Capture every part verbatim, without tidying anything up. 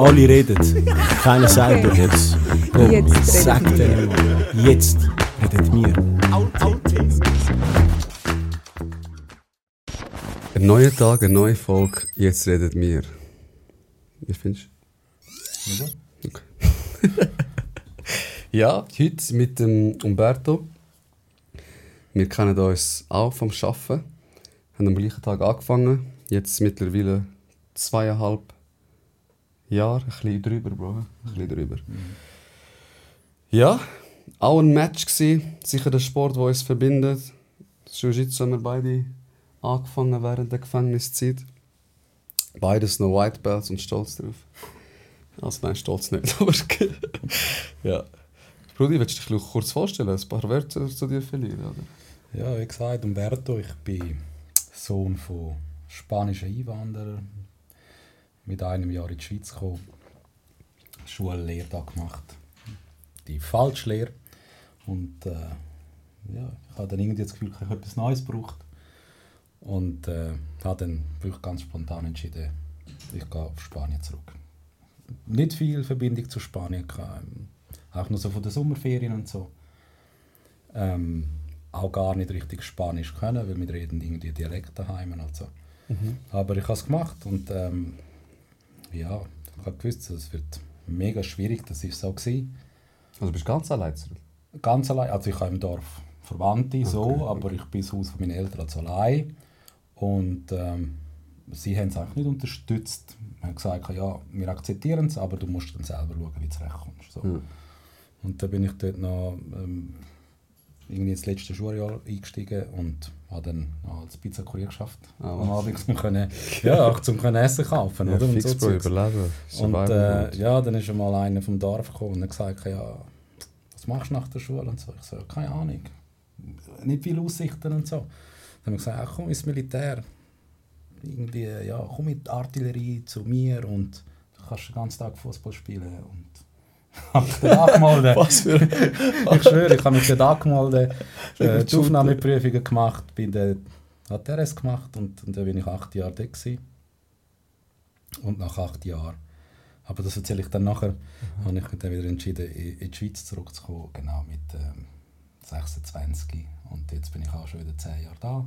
Alle reden, keiner sagt Okay. jetzt. Jetzt redet Sag wir. denen mal, jetzt redet wir. Ein neuer Tag, eine neue Folge, jetzt redet wir. Wie findest du? Okay. Ja, heute mit dem Umberto. Wir kennen uns auch vom Arbeiten. Haben am gleichen Tag angefangen. Jetzt mittlerweile zweieinhalb Jahre. Ein bisschen drüber, Bro. Ein bisschen drüber. Ja, auch ein Match gewesen. Sicher der Sport, der uns verbindet. Jiu-Jitsu haben wir beide angefangen während der Gefängniszeit. Beides noch White Belts und stolz drauf. Also nein, stolz nicht, aber ja. Brudi, willst du dich kurz vorstellen? Ein paar Wörter zu dir verlieren, oder? Ja, wie gesagt, Umberto, ich bin Sohn von spanischen Einwanderern. Mit einem Jahr in die Schweiz gekommen. Schullehre da gemacht. Die Falschlehre. Und äh, ja, ich habe dann irgendwie das Gefühl, ich habe etwas Neues gebraucht. Und äh, habe dann wirklich ganz spontan entschieden, ich gehe auf Spanien zurück. Nicht viel Verbindung zu Spanien gehabt, auch nur so von den Sommerferien und so. Ähm, auch gar nicht richtig Spanisch können, weil wir reden irgendwie Dialekt daheim und so. Mhm. Aber ich habe es gemacht und ähm, ja, ich habe gewusst, es wird mega schwierig, das war so gewesen. Also bist du ganz allein zurück? Ganz allein, also ich habe im Dorf Verwandte, so, Okay, aber okay. ich bin ins Haus von meinen Eltern also allein. Und ähm, sie haben es eigentlich nicht unterstützt. Sie haben gesagt, ja, wir akzeptieren es, aber du musst dann selber schauen, wie du zurechtkommst. So. Ja. Und dann bin ich dort noch ähm, irgendwie ins letzte Schuljahr eingestiegen und habe dann noch als Pizzakurier geschafft. Ah, Am was? Abend, um können, ja, auch zum können Essen kaufen. Ja, oder? Und fix, so Bro, Zeugs. überleben. Und Survival äh, Mode. ja, dann ist einmal einer vom Dorf gekommen und hat gesagt, ja, was machst du nach der Schule? Und so. Ich so, ja, keine Ahnung. Nicht viele Aussichten und so. Dann haben wir gesagt, ach, komm ins Militär. Irgendwie, ja, komm mit der Artillerie zu mir und du kannst den ganzen Tag Fußball spielen. Und habe mich dann angemeldet. Was für... Ich schwöre, ich habe mich dann angemeldet, äh, die Aufnahmeprüfungen gemacht, bin dann H T R S gemacht und, und dann bin ich acht Jahre da gewesen. Und nach acht Jahren, aber das erzähle ich dann nachher, mhm. habe ich mich dann wieder entschieden, in, in die Schweiz zurückzukommen, genau mit ähm, sechsundzwanzig. Und jetzt bin ich auch schon wieder zehn Jahre da.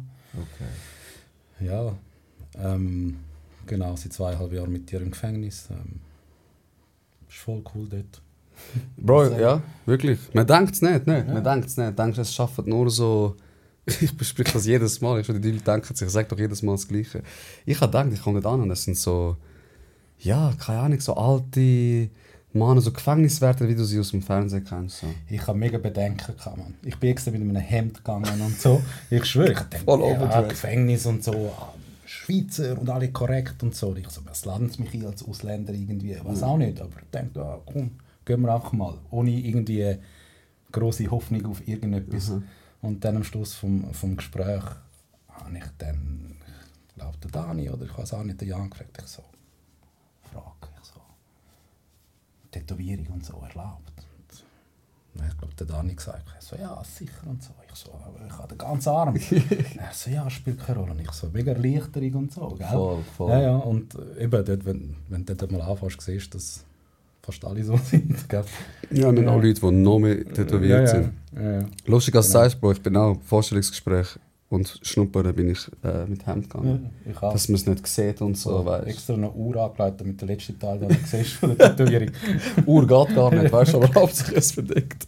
Okay. Ja, ähm, genau, seit zweieinhalb Jahren mit dir im Gefängnis. Ähm, ist voll cool dort. Bro, ja, wirklich. Man denkt es nicht, nicht. Ja. Man denkt es nicht. Denkst, es schafft nur so... Ich bespreche das jedes Mal. Ich, die Leute denken sich, ich sage doch jedes Mal das Gleiche. Ich habe gedacht, ich komme nicht an und es sind so... Ja, keine Ahnung, so alte Männer, so Gefängniswärter, wie du sie aus dem Fernsehen kennst. So. Ich habe mega Bedenken gehabt, Mann. Ich bin extra mit einem Hemd gegangen und so. Ich schwöre, ich denke, Voll ja, overdressed. Gefängnis und so, ah, Schweizer und alle korrekt und so. Ich so, was laden mich hier als Ausländer irgendwie? Ich weiß auch nicht, aber ich denke, ja, komm, gehen wir einfach mal. Ohne irgendwie grosse Hoffnung auf irgendetwas. Mhm. Und dann am Schluss vom, vom Gespräch habe ich dann, ich glaube, der Dani oder ich weiß auch nicht, den Jan gefragt. Ich so, Frage, ich so, Tätowierung und so erlaubt. Und ich glaube, der Dani gesagt, ich so, ja, sicher und so. Ich so, aber ich habe den ganzen Arm. Er so, ja, spielt keine Rolle. Und ich so, mega Erleichterung und so, gell? Voll, voll. Ja, ja, und äh, eben, dort, wenn, wenn du dort mal anfängst, siehst du, dass fast alle so sind, gell? Ja, wir haben auch Leute, die noch mehr tätowiert ja, ja, sind. ja, ja. Lustig, als du Genau. sagst, Bro, ich bin auch im Vorstellungsgespräch und schnuppern bin ich äh, mit Hemd gegangen. Ja, ich auch. Dass man es nicht sieht und so, so, weißt extra eine Uhr angelegt, damit der letzte Teil, den du siehst von der Tätowierung. Uhr geht gar nicht, weißt du, aber hauptsächlich es verdeckt.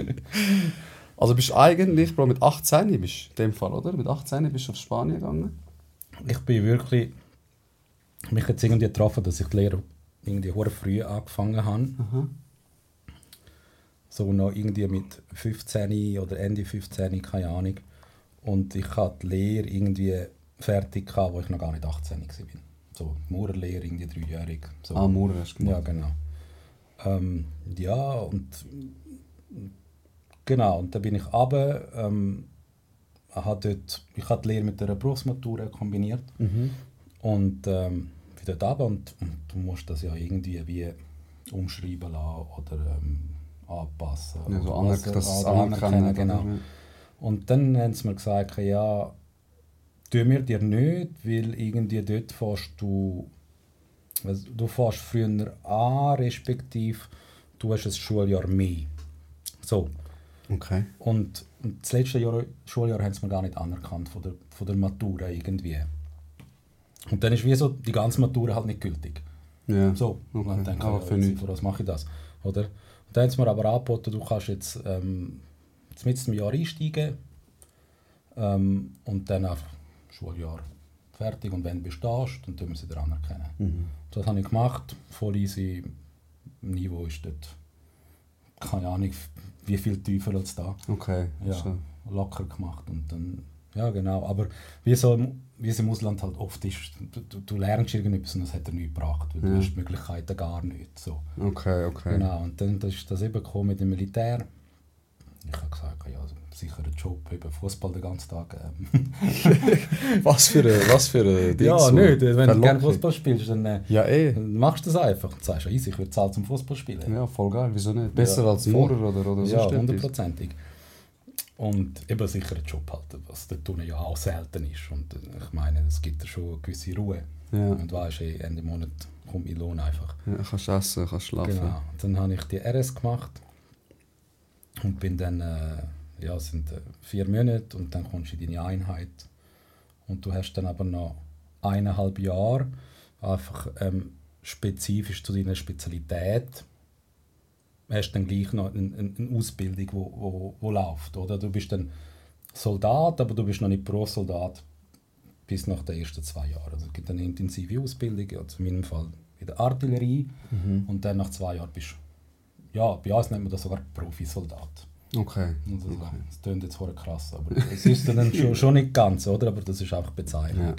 Also bist du eigentlich, Bro, mit achtzehn bist du in dem Fall, oder? Mit achtzehn bist du auf Spanien gegangen? Ich bin wirklich... Mich hat es irgendwie getroffen, dass ich die Lehre irgendwie sehr früh angefangen habe. Aha. So noch irgendwie mit fünfzehn oder Ende fünfzehn, keine Ahnung. Und ich hatte die Lehre irgendwie fertig, gehabt, wo ich noch gar nicht achtzehn war. So, Maurerlehre, irgendwie dreijährig. So. Ah, Maurer hast du Ja, gemacht. genau. Ähm, ja, und genau, und dann bin ich runter. Ähm, habe dort, ich habe die Lehre mit einer Berufsmatura kombiniert. Mhm. Und ähm, bin dort runter und, und du musst das ja irgendwie wie umschreiben lassen oder ähm, anpassen. Ja, so oder anerk was- dass es oder anerkennen, genau. oder? Und dann haben sie mir gesagt, ja, tun wir dir nicht, weil irgendwie dort fährst du Also, du fährst früher an, respektive du hast ein Schuljahr mehr. So. Okay. Und das letzte Jahr, Schuljahr haben sie mir gar nicht anerkannt von der, von der Matura irgendwie. Und dann ist wie so die ganze Matura halt nicht gültig. Ja. So. Und Okay. dann denke Aber ich, für ja, nichts. für was mache ich das? Oder? Und dann haben sie mir aber angeboten, du kannst jetzt ähm, mit dem Jahr einsteigen ähm, und dann einfach Schuljahr fertig. Und wenn du bestehst, dann tun wir sie dir anerkennen. Mhm. Das habe ich gemacht. Voll easy. Niveau ist dort, keine Ahnung, wie viel tiefer als da. Okay. Ja, So. locker gemacht. Und dann, ja, genau. Aber wie, so, wie es im Ausland halt oft ist, du, du lernst irgendetwas und das hat dir nichts gebracht, weil Ja. du hast die Möglichkeiten gar nicht. So. Okay, okay. Genau. Und dann ist das eben gekommen mit dem Militär. Ich habe gesagt, ja, sicher ein Job, eben Fußball den ganzen Tag. Ähm. Was für ein, was für ein Ding Ja, so. nicht. Wenn du gerne Verlockung. Fußball spielst, dann, äh, Ja, eh. dann machst du das einfach. Und sagst, ja, easy, ich würde zahlen zum Fußball spielen. Ja, voll geil. Wieso nicht? Besser Ja, als voll. Maurer oder, oder Ja, sonst etwas. hundertprozentig. Und eben sicher ein Job halt, was dort unten ja auch selten ist. Und äh, ich meine, es gibt dir schon eine gewisse Ruhe. Ja. Und du weißt, eh, Ende Monat kommt mein Lohn einfach. Ja, kannst essen, kannst schlafen. Genau. Dann habe ich die R S gemacht und bin dann, äh, ja, es sind äh, vier Monate und dann kommst du in deine Einheit. Und du hast dann aber noch eineinhalb Jahre einfach ähm, spezifisch zu deiner Spezialität hast dann gleich noch eine, eine Ausbildung, die wo, wo, wo läuft. Oder? Du bist dann Soldat, aber du bist noch nicht Berufssoldat bis nach den ersten zwei Jahren. Also es gibt eine intensive Ausbildung, also in meinem Fall in der Artillerie. Mhm. Und dann nach zwei Jahren bist du, ja, bei uns nennt man das sogar Profisoldat. Okay. Also, okay. das klingt jetzt vorher krass, aber es ist dann schon, schon nicht ganz, oder? Aber das ist einfach Bezeichnung.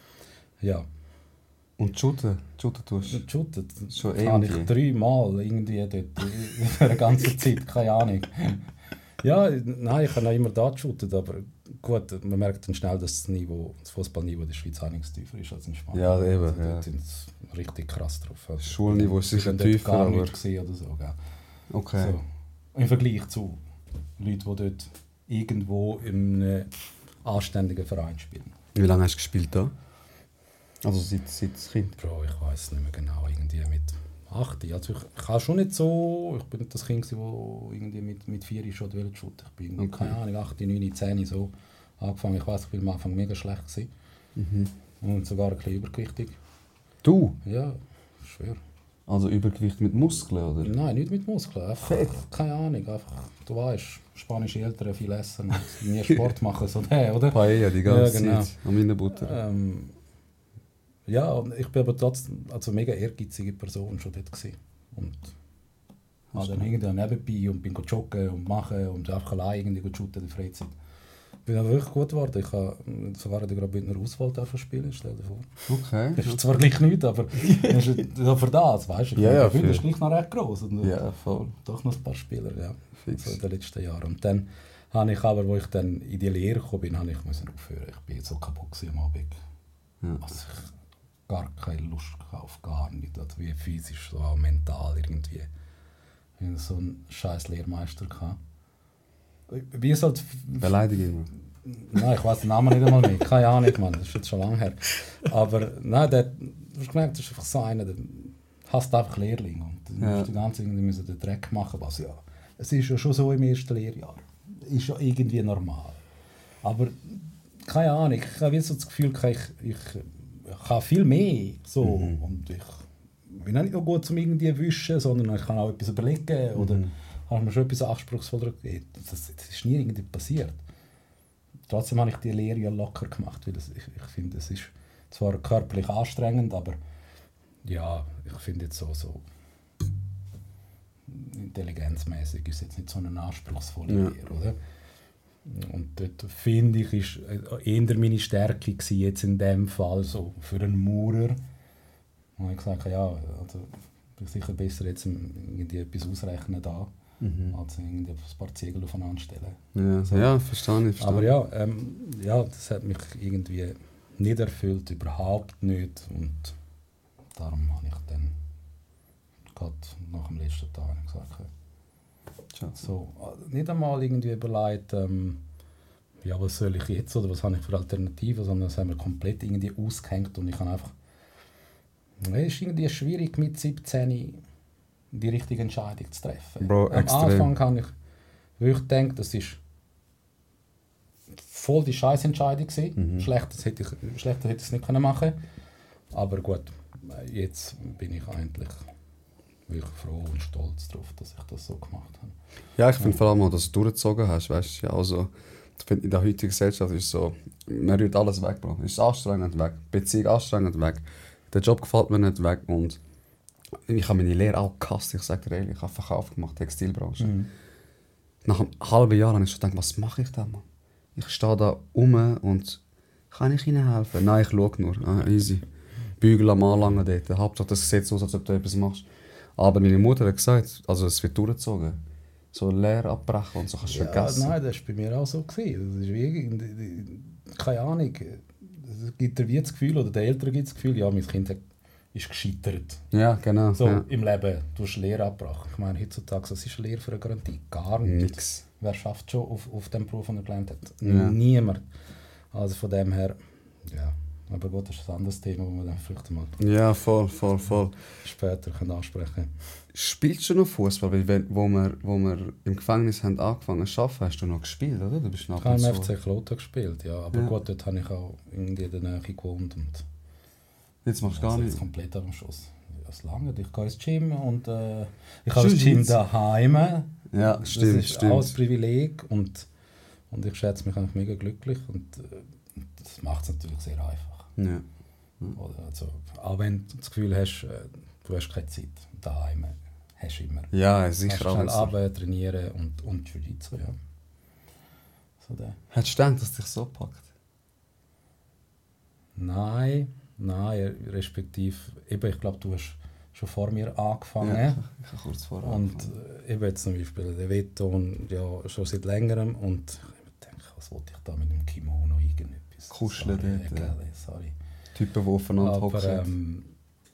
Ja. Und shooten? Shooten tust du? Shooten, Schon das habe irgendwie? ich dreimal irgendwie dort für eine ganze Zeit, keine Ahnung. Ja, nein, ich habe auch immer da geshootet, aber gut, man merkt dann schnell, dass das Niveau, das Fußballniveau in der Schweiz einiges tiefer ist als in Spanien. Ja, eben, Also, ja. dort sind sie richtig krass drauf. Also, Das Schulniveau ist ich sicher habe dort tiefer, gar aber- nicht gesehen oder so, gell? Okay. So. Im Vergleich zu Leuten, die dort irgendwo in einem anständigen Verein spielen. Wie lange hast du gespielt da? Also seit, seit Kind? Bro, ich weiß es nicht mehr genau, irgendwie mit acht. Also ich, ich habe schon nicht so, ich bin nicht das Kind, das irgendwie mit, mit vier schon shooten wollte. Ich bin, Okay. keine Ahnung, acht, neun, zehn so angefangen. Ich weiß, ich bin am Anfang mega schlecht gewesen. Mhm. Und sogar ein bisschen übergewichtig. Du? Ja, schwer. Also Übergewicht mit Muskeln, oder? Nein, nicht mit Muskeln. Einfach, Fett? keine Ahnung, einfach, du weißt, spanische Eltern viel essen und nie Sport machen, so der, oder? Paella die ganze Ja, genau. Zeit. An meiner Butter. Ähm, ja, und ich bin aber trotzdem also eine mega ehrgeizige Person schon dort gewesen. Und habe dann irgendwie nebenbei und bin go joggen und machen und einfach allein irgendwie go shooten in der Freizeit. Ich bin dann wirklich gut geworden. Ich habe sogar gerade bei einer Auswahl dürfen spielen, stell dir vor. Okay. Das ist zwar gleich nichts, aber das ist so für das, weißt du? Ich Ja, ja, finde, das ist für- gleich noch recht gross. Und Ja, voll. doch noch ein paar Spieler, ja. Fix. So in den letzten Jahren. Und dann habe ich aber, wo ich dann in die Lehre gekommen bin, habe ich müssen aufhören. Ich bin so kaputt gewesen am Abend. Ja. Also ich gar keine Lust auf gar nicht, also wie physisch, so auch mental irgendwie. Ich hatte so einen scheiß Lehrmeister gehabt. Wie es halt... Beleidigung. Nein, ich weiß den Namen nicht einmal mehr. Keine Ahnung, Mann, das ist jetzt schon lange her. Aber nein, der, du hast gemerkt, das ist einfach so einer, der hasst einfach Lehrlinge. Und dann Ja. musst du die ganze Zeit müssen den Dreck machen, was ja... Es ist ja schon so im ersten Lehrjahr. Ist ja irgendwie normal. Aber keine Ahnung, ich habe so das Gefühl, ich, ich, ich kann viel mehr. So. Mhm. Und ich bin auch nicht nur gut zum irgendwie wischen, sondern ich kann auch etwas überlegen. Oder Mhm. habe mir schon etwas anspruchsvoller gegeben. Das, das ist nie irgendwie passiert. Trotzdem habe ich die Lehre ja locker gemacht, weil das, ich, ich finde, es ist zwar körperlich anstrengend, aber ja, ich finde jetzt so, so intelligenzmäßig ist jetzt nicht so eine anspruchsvolle Ja. Lehre, oder? Und dort finde ich, ist eher meine Stärke gewesen, jetzt in dem Fall so für einen Maurer. Und ich gesagt, ja, also bin sicher besser jetzt irgendwie etwas ausrechnen da, Mhm. als irgendwie ein paar Ziegel aufeinander stellen. Ja, So. ja verstehe ich. Verstehe. Aber ja, ähm, ja, das hat mich irgendwie nicht erfüllt, überhaupt nicht. Und darum habe ich dann gerade nach dem letzten Tag gesagt, okay, Schade. so, äh, nicht einmal irgendwie überlegt, ähm, ja, was soll ich jetzt oder was habe ich für Alternativen, sondern das haben wir komplett irgendwie ausgehängt und ich habe einfach Es ist irgendwie schwierig, mit siebzehn die richtige Entscheidung zu treffen. Bro, Am extrem. Anfang habe ich wirklich gedacht, das ist voll die Scheißentscheidung gewesen. Mhm. Schlechter hätte ich, schlechter hätte ich es nicht können machen. Aber gut, jetzt bin ich eigentlich wirklich froh und stolz darauf, dass ich das so gemacht habe. Ja, ich finde vor allem auch, dass du durchgezogen hast. Weißt, ja, also, ich finde, in der heutigen Gesellschaft ist es so, man rührt alles weg, Bro. Ist anstrengend weg, Beziehung anstrengend weg, der Job gefällt mir nicht weg und ich habe meine Lehre auch gehasst, ich sage dir ehrlich, ich habe Verkauf gemacht, Textilbranche. Mhm. Nach einem halben Jahr habe ich schon gedacht, was mache ich da, Mann? Ich stehe da rum und kann ich Ihnen helfen? Nein, ich schaue nur, ah, easy. Bügel am Anlangen dort, Hauptsache das sieht so aus, als ob du etwas machst. Aber meine Mutter hat gesagt, also es wird durchgezogen. So Lehre abbrechen und so kannst du Ja, vergessen. nein, das war bei mir auch so. Gewesen. Das ist wie, keine Ahnung, es gibt dir wie das Gefühl, oder den Eltern gibt das Gefühl, ja, mein Kind ist gescheitert. Ja, genau. So ja. im Leben, du hast Lehre abgebrochen. Ich meine, heutzutage, was ist Lehre für eine Garantie? Gar nichts. Nix. Wer schafft schon auf, auf dem Beruf, den er gelernt hat? Ja. Niemand. Also von dem her, ja. Aber gut, das ist ein anderes Thema, das wir dann vielleicht mal Ja, voll, voll, voll. später können ansprechen können. Spielst du noch Fußball? Weil wenn, wo, wir, wo wir im Gefängnis haben angefangen zu arbeiten, hast du noch gespielt, oder? Du bist noch Ich habe im ab F und C zu. Kloten gespielt, ja. Aber Ja. gut, dort habe ich auch irgendwie in der Nähe gewohnt. Und Jetzt machst du gar also nicht. jetzt komplett am Schluss. Ja, es lange. Ich gehe ins Gym und äh, ich habe das Schön Gym jetzt. daheim. Ja, Das stimmt, ist auch ein stimmt. Privileg und, und ich schätze mich eigentlich mega glücklich und äh, das macht es natürlich sehr einfach. Ja. Oder, also, auch wenn du das Gefühl hast, äh, du hast keine Zeit, daheim hast du immer. Ja, sicher Kannst auch. schnell wenn's- runter, trainieren und, und Jiu-Jitsu, ja. So der. Hättest du gedacht, dass dich so packt? Nein, nein, respektive, eben, ich glaube, du hast schon vor mir angefangen. Ja, ich habe kurz vorher Und angefangen. äh, eben jetzt zum Beispiel der Veton ja schon seit längerem und ich denke, was wollte ich da mit dem Kimono irgendetwas? Kuscheln sorry, dort, egal, ja. sorry. Typen, die aufeinander Aber hocken. ähm,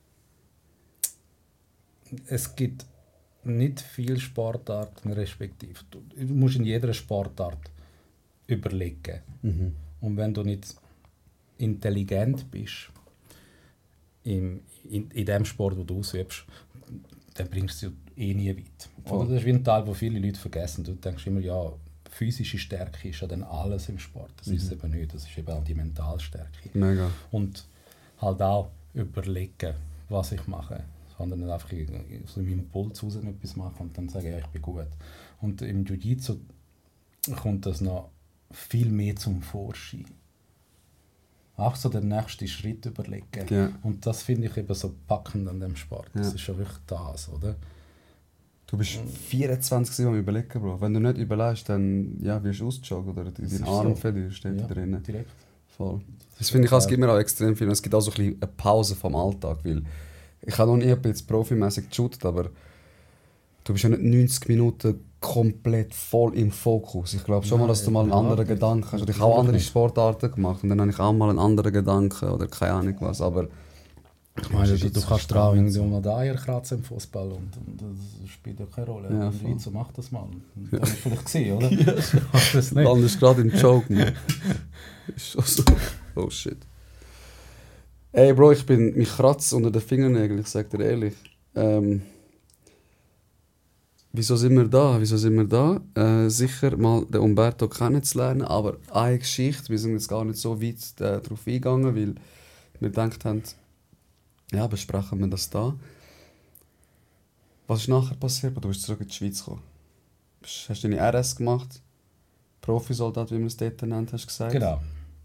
es gibt nicht viele Sportarten, respektive. Du, du musst in jeder Sportart überlegen. Mhm. Und wenn du nicht intelligent bist im, in, in dem Sport, den du ausübst, dann bringst du es eh nie weit. Voll. Oder das ist wie ein Teil, den viele Leute vergessen. Du denkst immer, ja, physische Stärke ist ja dann alles im Sport. Das ist es eben nicht. Das ist eben auch die Mentalstärke. Mega. Und halt auch überlegen, was ich mache. Sondern nicht einfach aus meinem Impuls raus etwas machen und dann sagen, ja, ich bin gut. Und im Jiu-Jitsu kommt das noch viel mehr zum Vorschein. Auch so den nächsten Schritt überlegen. Ja. Und das finde ich eben so packend an dem Sport. Das Ja. ist ja wirklich das, oder? Du bist vierundzwanzig am Überlegen, Bro. Wenn du nicht überlegst, dann ja, wirst du ausgejoggt oder Das deinen ist Arm so. verlierst, steht Ja, da drinnen. direkt. Voll. Das finde ich auch, es gibt mir auch extrem viel. Es gibt auch so ein bisschen eine Pause vom Alltag, weil ich habe noch nie jetzt profimäßig geshootet, aber du bist ja nicht neunzig Minuten komplett voll im Fokus. Ich glaube schon mal, dass du mal einen Nein, anderen überhaupt nicht. Gedanken hast. Oder ich habe auch Natürlich andere nicht. Sportarten gemacht und dann habe ich auch mal einen anderen Gedanken oder keine Ahnung was, aber Ich meine, du, du Jiu-Jitsu kannst ist auch spannend, irgendwie um die Eier kratzen im Fußball und, und das spielt ja keine Rolle. Ja, Ja, voll. so macht das mal. Das habe ich vielleicht gesehen, oder? Ja. Das nicht. landest gerade im Joke, Mann. Ist schon so. Oh shit. Ey Bro, ich bin, mich kratzt unter den Fingernägeln, ich sag dir ehrlich. Ähm, wieso sind wir da? Wieso sind wir da? Äh, sicher mal den Umberto kennenzulernen, aber eine Geschichte, wir sind jetzt gar nicht so weit äh, darauf eingegangen, weil wir gedacht haben, ja, besprechen wir das da. Was ist nachher passiert? Du bist zurück in die Schweiz gekommen. Bist- Hast deine R S gemacht? Profisoldat, wie man es dort nennt, hast du gesagt? Genau.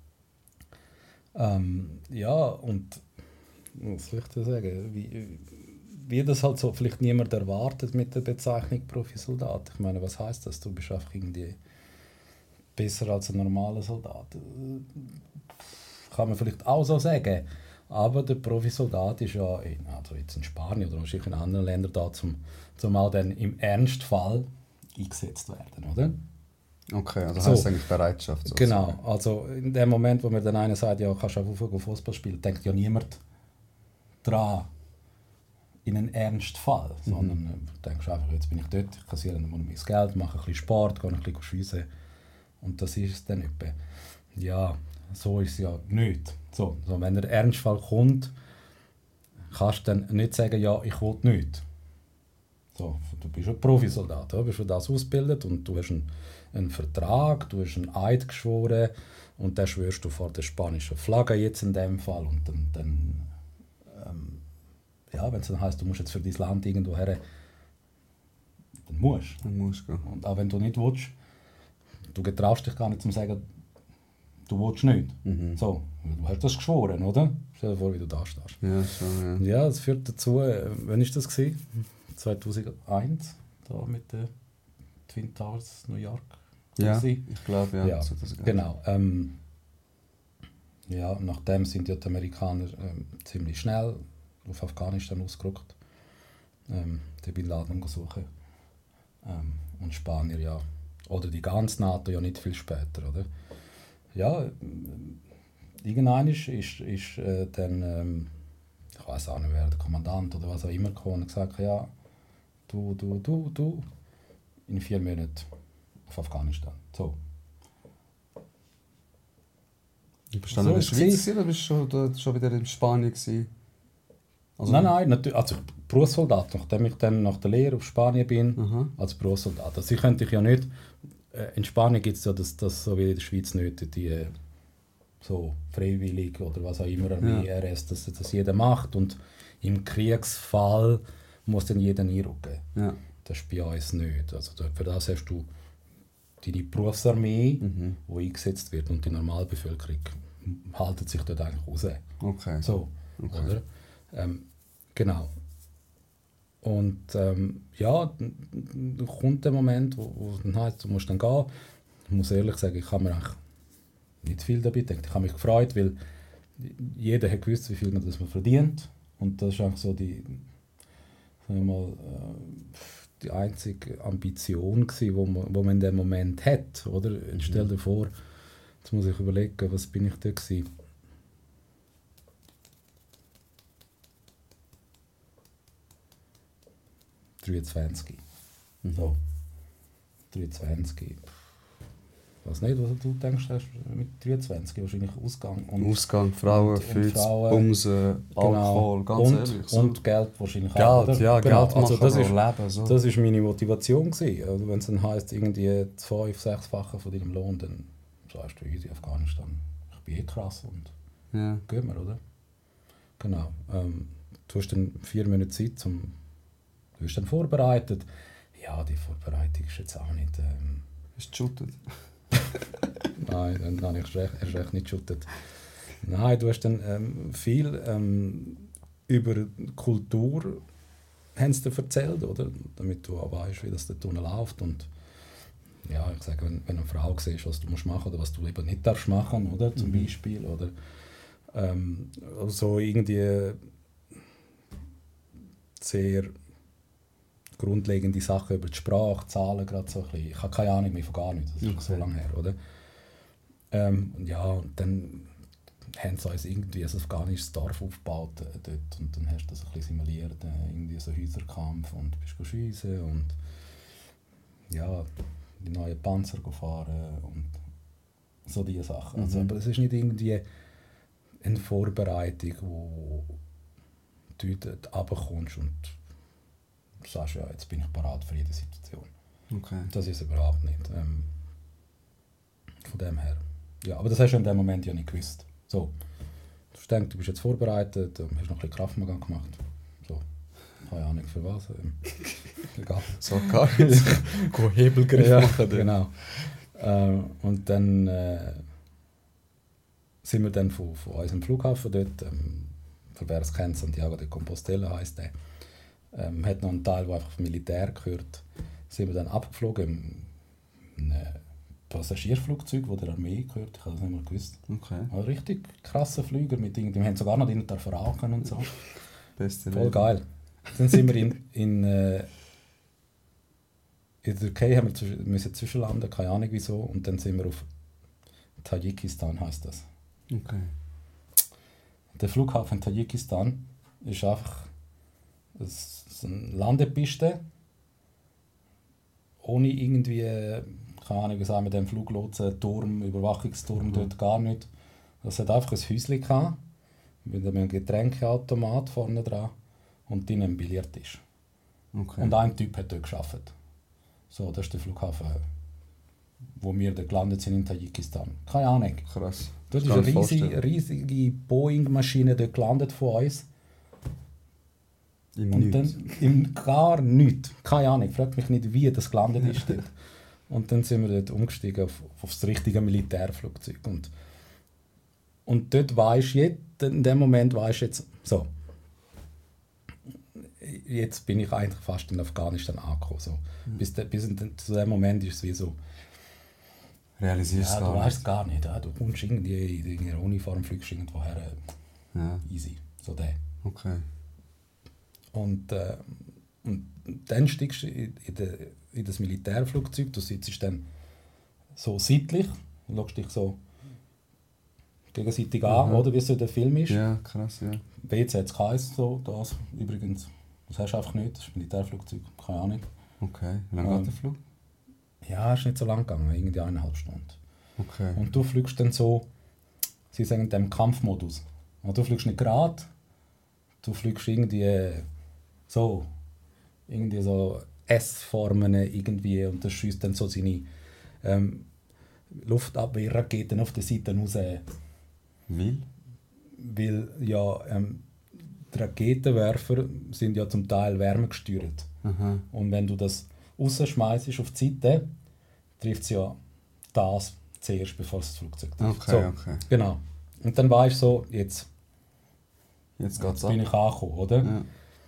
Ähm, ja, und was soll ich dir sagen? Wie, wie das halt so vielleicht niemand erwartet mit der Bezeichnung Profisoldat. Ich meine, was heißt das? Du bist einfach irgendwie besser als ein normaler Soldat. Kann man vielleicht auch so sagen. Aber der Profisoldat ist ja in, also jetzt in Spanien oder wahrscheinlich in anderen Ländern da, zum, zum auch dann im Ernstfall eingesetzt werden, oder? Okay, also So. heisst eigentlich Bereitschaft. sozusagen. Genau, also in dem Moment, wo mir dann einer sagt, ja, kannst du auch Fußball spielen, denkt ja niemand dran in einen Ernstfall, Mhm. sondern äh, du denkst einfach, jetzt bin ich dort, ich kassiere dann mein Geld, mache ein bisschen Sport, gehe ein bisschen schiessen und das ist es dann etwa. Ja, so ist es ja nicht. So, so, wenn der Ernstfall kommt, kannst du dann nicht sagen, ja, ich will nicht. So, du bist ein Profisoldat, du bist für das ausgebildet und du hast einen, einen Vertrag, du hast einen Eid geschworen und dann schwörst du vor der spanischen Flagge jetzt in dem Fall und dann, dann ähm, ja, wenn es dann heisst, du musst jetzt für dein Land irgendwo her, dann musst Dann musst du gehen. und auch wenn du nicht willst, du getraust dich gar nicht zu sagen, du willst nicht. Mhm. So, du hast das geschworen, oder? Stell dir vor, wie du da stehst. Ja, schon, ja. Ja, das führt dazu, äh, wann war das? Gewesen? zweitausendeins, da mit den Twin Towers New York. Ja, gewesen. ich glaube, ja. Ja, zweitausendeins. genau. Ähm, ja, nachdem sind ja die Amerikaner ähm, ziemlich schnell auf Afghanistan ausgerückt. Ähm, die Bin Laden suchen. Ähm, und Spanier ja. Oder die ganze NATO ja nicht viel später, oder? Ja, ähm, irgendwann ist, ist, ist äh, dann, ähm, ich weiß auch nicht wer, der Kommandant oder was auch immer gekommen und gesagt, ja, du, du, du, du, in vier Monaten auf Afghanistan. So. Bist du dann So in der ist Schweiz es. gewesen, oder bist du schon, da- schon wieder in Spanien gewesen? Also, Nein, nein, natürlich, also Berufssoldat, nachdem ich dann nach der Lehre auf Spanien bin, Aha. als Berufssoldat. Also ich könnte ich ja nicht, äh, in Spanien gibt es ja das, das so wie in der Schweiz nicht, die äh, so freiwillig oder was auch immer, Armee, Ja. R S, dass das jeder macht und im Kriegsfall muss dann jeder einrücken. Ja. Das ist bei uns nicht. Also da- für das hast du deine Berufsarmee, Mhm. die eingesetzt wird und die Normalbevölkerung haltet sich dort eigentlich raus. Okay. So, Okay. oder? Ähm, genau. Und ähm, ja, dann dann kommt der Moment, wo, wo dann heisst, du musst dann gehen. Ich muss ehrlich sagen, ich habe mir eigentlich nicht viel dabei gedacht. Ich habe mich gefreut, weil jeder hat gewusst, wie viel man das man verdient. Und das ist eigentlich so die, sagen wir mal, äh, die einzige Ambition gewesen, wo man, wo man in dem Moment hat. Oder? Jetzt stell dir vor, jetzt muss ich überlegen, was bin ich da gewesen? dreiundzwanzig. So. dreiundzwanzig. Ich weiß nicht, was du denkst, hast mit dreiundzwanzig wahrscheinlich Ausgang. Und, Ausgang, Frauen, und- und Fitz, Frauen, Bumsen, Alkohol, ganz und, ehrlich. So. und Geld wahrscheinlich Geld, auch. Oder? ja, Genau. Geld Also machen, das aber ist, Leben. So. das ist meine Motivation gewesen. Also wenn es dann heisst, irgendwie das fünf-, sechsfache von deinem Lohn, dann sagst du, easy, Afghanistan, ich bin eh krass und ja. gehen wir, oder? Genau. Ähm, du hast dann vier Monate Zeit, zum, du bist dann vorbereitet. Ja, die Vorbereitung ist jetzt auch nicht... Ähm, Bist du geshootet? Nein, dann habe ich erst, erst recht nicht geschüttet. Nein, du hast dann ähm, viel ähm, über die Kultur haben sie dir erzählt, oder? Damit du auch weißt, wie das dort unten läuft. Und ja, ich sage, wenn, wenn eine Frau siehst, was du musst machen oder was du eben nicht darfst machen, oder? Zum Mhm. Beispiel. Oder ähm, also irgendwie sehr grundlegende Sachen über die Sprache, Zahlen gerade so ein bisschen. Ich habe keine Ahnung mehr von gar nichts, das ist Okay. so lange her, oder? Ähm, und ja, und dann haben sie uns irgendwie ein afghanisches Dorf aufgebaut äh, dort und dann hast du das ein bisschen simuliert, äh, irgendwie so Häuserkampf und bist schiessen und ja, die neuen Panzer fahren und so diese Sachen. Also, Mhm. aber es ist nicht irgendwie eine Vorbereitung, wo du dort runterkommst und sagst, ja, jetzt bin ich bereit für jede Situation. Okay. Das ist es überhaupt nicht. Ähm, von dem her. Ja, aber das hast du in dem Moment ja nicht gewusst. So, du denkst, du bist jetzt vorbereitet, ähm, hast noch ein bisschen Kraftmagen gemacht. So, keine Ahnung für was. Ähm, egal. So gar nicht. Go Hebelgriff Ja, machen. dann. genau. Ähm, und dann äh, sind wir dann von, von unserem Flughafen dort, ähm, für wer es kennt, Santiago de Compostela heisst der, ähm, hat noch einen Teil, der einfach vom Militär gehört, sind wir dann abgeflogen in einem Passagierflugzeug, das der Armee gehört, ich habe das nicht mal gewusst. Okay. Ein richtig krasser Flüger, mit irgendwie, wir haben sogar noch drinnen verraten und so. Beste Voll Leben. geil. Dann sind wir in, in, äh, in der Türkei, haben wir zwisch- müssen zwischenlanden, keine Ahnung wieso, und dann sind wir auf Tadschikistan, heisst das. Okay. Der Flughafen Tadschikistan ist einfach es ist eine Landepiste, ohne irgendwie, keine Ahnung, wie sagen wir, den Fluglotsen, Turm, Überwachungsturm Mhm. dort gar nicht. Es hat einfach ein Häuschen gehabt, mit einem Getränkeautomat vorne dran und drinnen ein Billardtisch. Okay. Und ein Typ hat dort gearbeitet. So, das ist der Flughafen, wo wir da gelandet sind in Tadschikistan. Keine Ahnung. Krass. Dort Das ist kann eine ich mir riesige, vorstellen. riesige Boeing-Maschine dort gelandet von uns. Im Und Nichts. dann im gar nichts. Keine Ahnung, fragt mich nicht, wie das gelandet ist dort. Und dann sind wir dort umgestiegen auf, auf das richtige Militärflugzeug. Und, und dort weisst du jetzt, in dem Moment weisst du jetzt, so, jetzt bin ich eigentlich fast in Afghanistan angekommen. So. Mhm. Bis, de, bis in den, zu dem Moment ist es wie so, Realisierst ja, du du gar weißt nicht. gar nicht, ja, du kommst irgendwie in deiner Uniform, fliegst irgendwo her, Ja, easy, so der. okay. Und, äh, und dann steigst du in, in, de, in das Militärflugzeug, du sitzt dann so seitlich, und schaust dich so gegenseitig an, Mhm. oder wie es so der Film ist. Ja, krass, ja. B Z hat es geheißen, so, das übrigens. Das hast du einfach nicht, das ist ein Militärflugzeug, keine Ahnung. Okay. Wie lange Ähm, geht der Flug? Ja, ist nicht so lang gegangen, irgendwie eineinhalb Stunden. Okay. Und du fliegst dann so, sie sagen dem Kampfmodus. Und du fliegst nicht gerade, du fliegst irgendwie so, irgendwie so S-Formen irgendwie und das schießt dann so seine ähm, Luftabwehrraketen auf der Seite raus. Weil? Weil ja, ähm, die Raketenwerfer sind ja zum Teil wärmegesteuert. Aha. Und wenn du das rausschmeißt auf die Seite, trifft es ja das zuerst, bevor es das Flugzeug trifft. Okay, so, okay. Genau. Und dann weißt du so, jetzt, Jetzt geht's jetzt ab. bin ich angekommen, oder? Ja.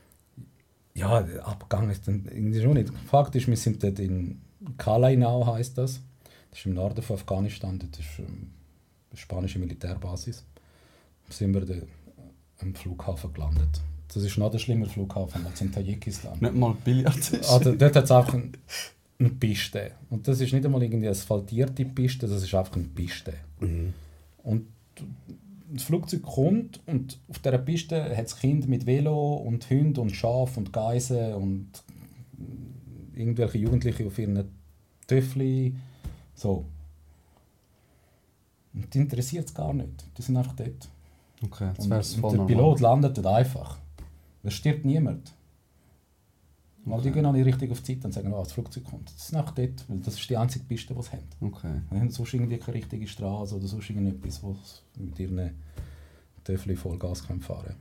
Ja, der Abgang ist dann irgendwie schon nicht. Fakt ist, wir sind dort in Kalainau, heisst das. Das ist im Norden von Afghanistan, das ist ähm, eine spanische Militärbasis. Da sind wir da am Flughafen gelandet. Das ist noch ein schlimmer Flughafen als in Tadschikistan. Nicht mal Billardtisch. Also, dort hat es einfach ein, eine Piste. Und das ist nicht einmal irgendwie eine asphaltierte Piste, das ist einfach eine Piste. Mhm. Und das Flugzeug kommt und auf dieser Piste hat es Kinder mit Velo und Hunde und Schaf und Geissen und irgendwelche Jugendliche auf ihren Töffli. So. Und die interessiert es gar nicht. Die sind einfach dort. Okay, jetzt Und, wäre es und voll der normal. Pilot landet dort einfach. Es stirbt niemand. Aber die Okay. gehen alle richtig auf die Zeit und sagen, oh, das Flugzeug kommt. Das ist einfach dort, weil das ist die einzige Piste, die sie haben. Okay. Wir haben sonst irgendwie keine richtige Straße oder sonst irgendetwas, wo sie mit ihren Töffel voll Gas können fahren.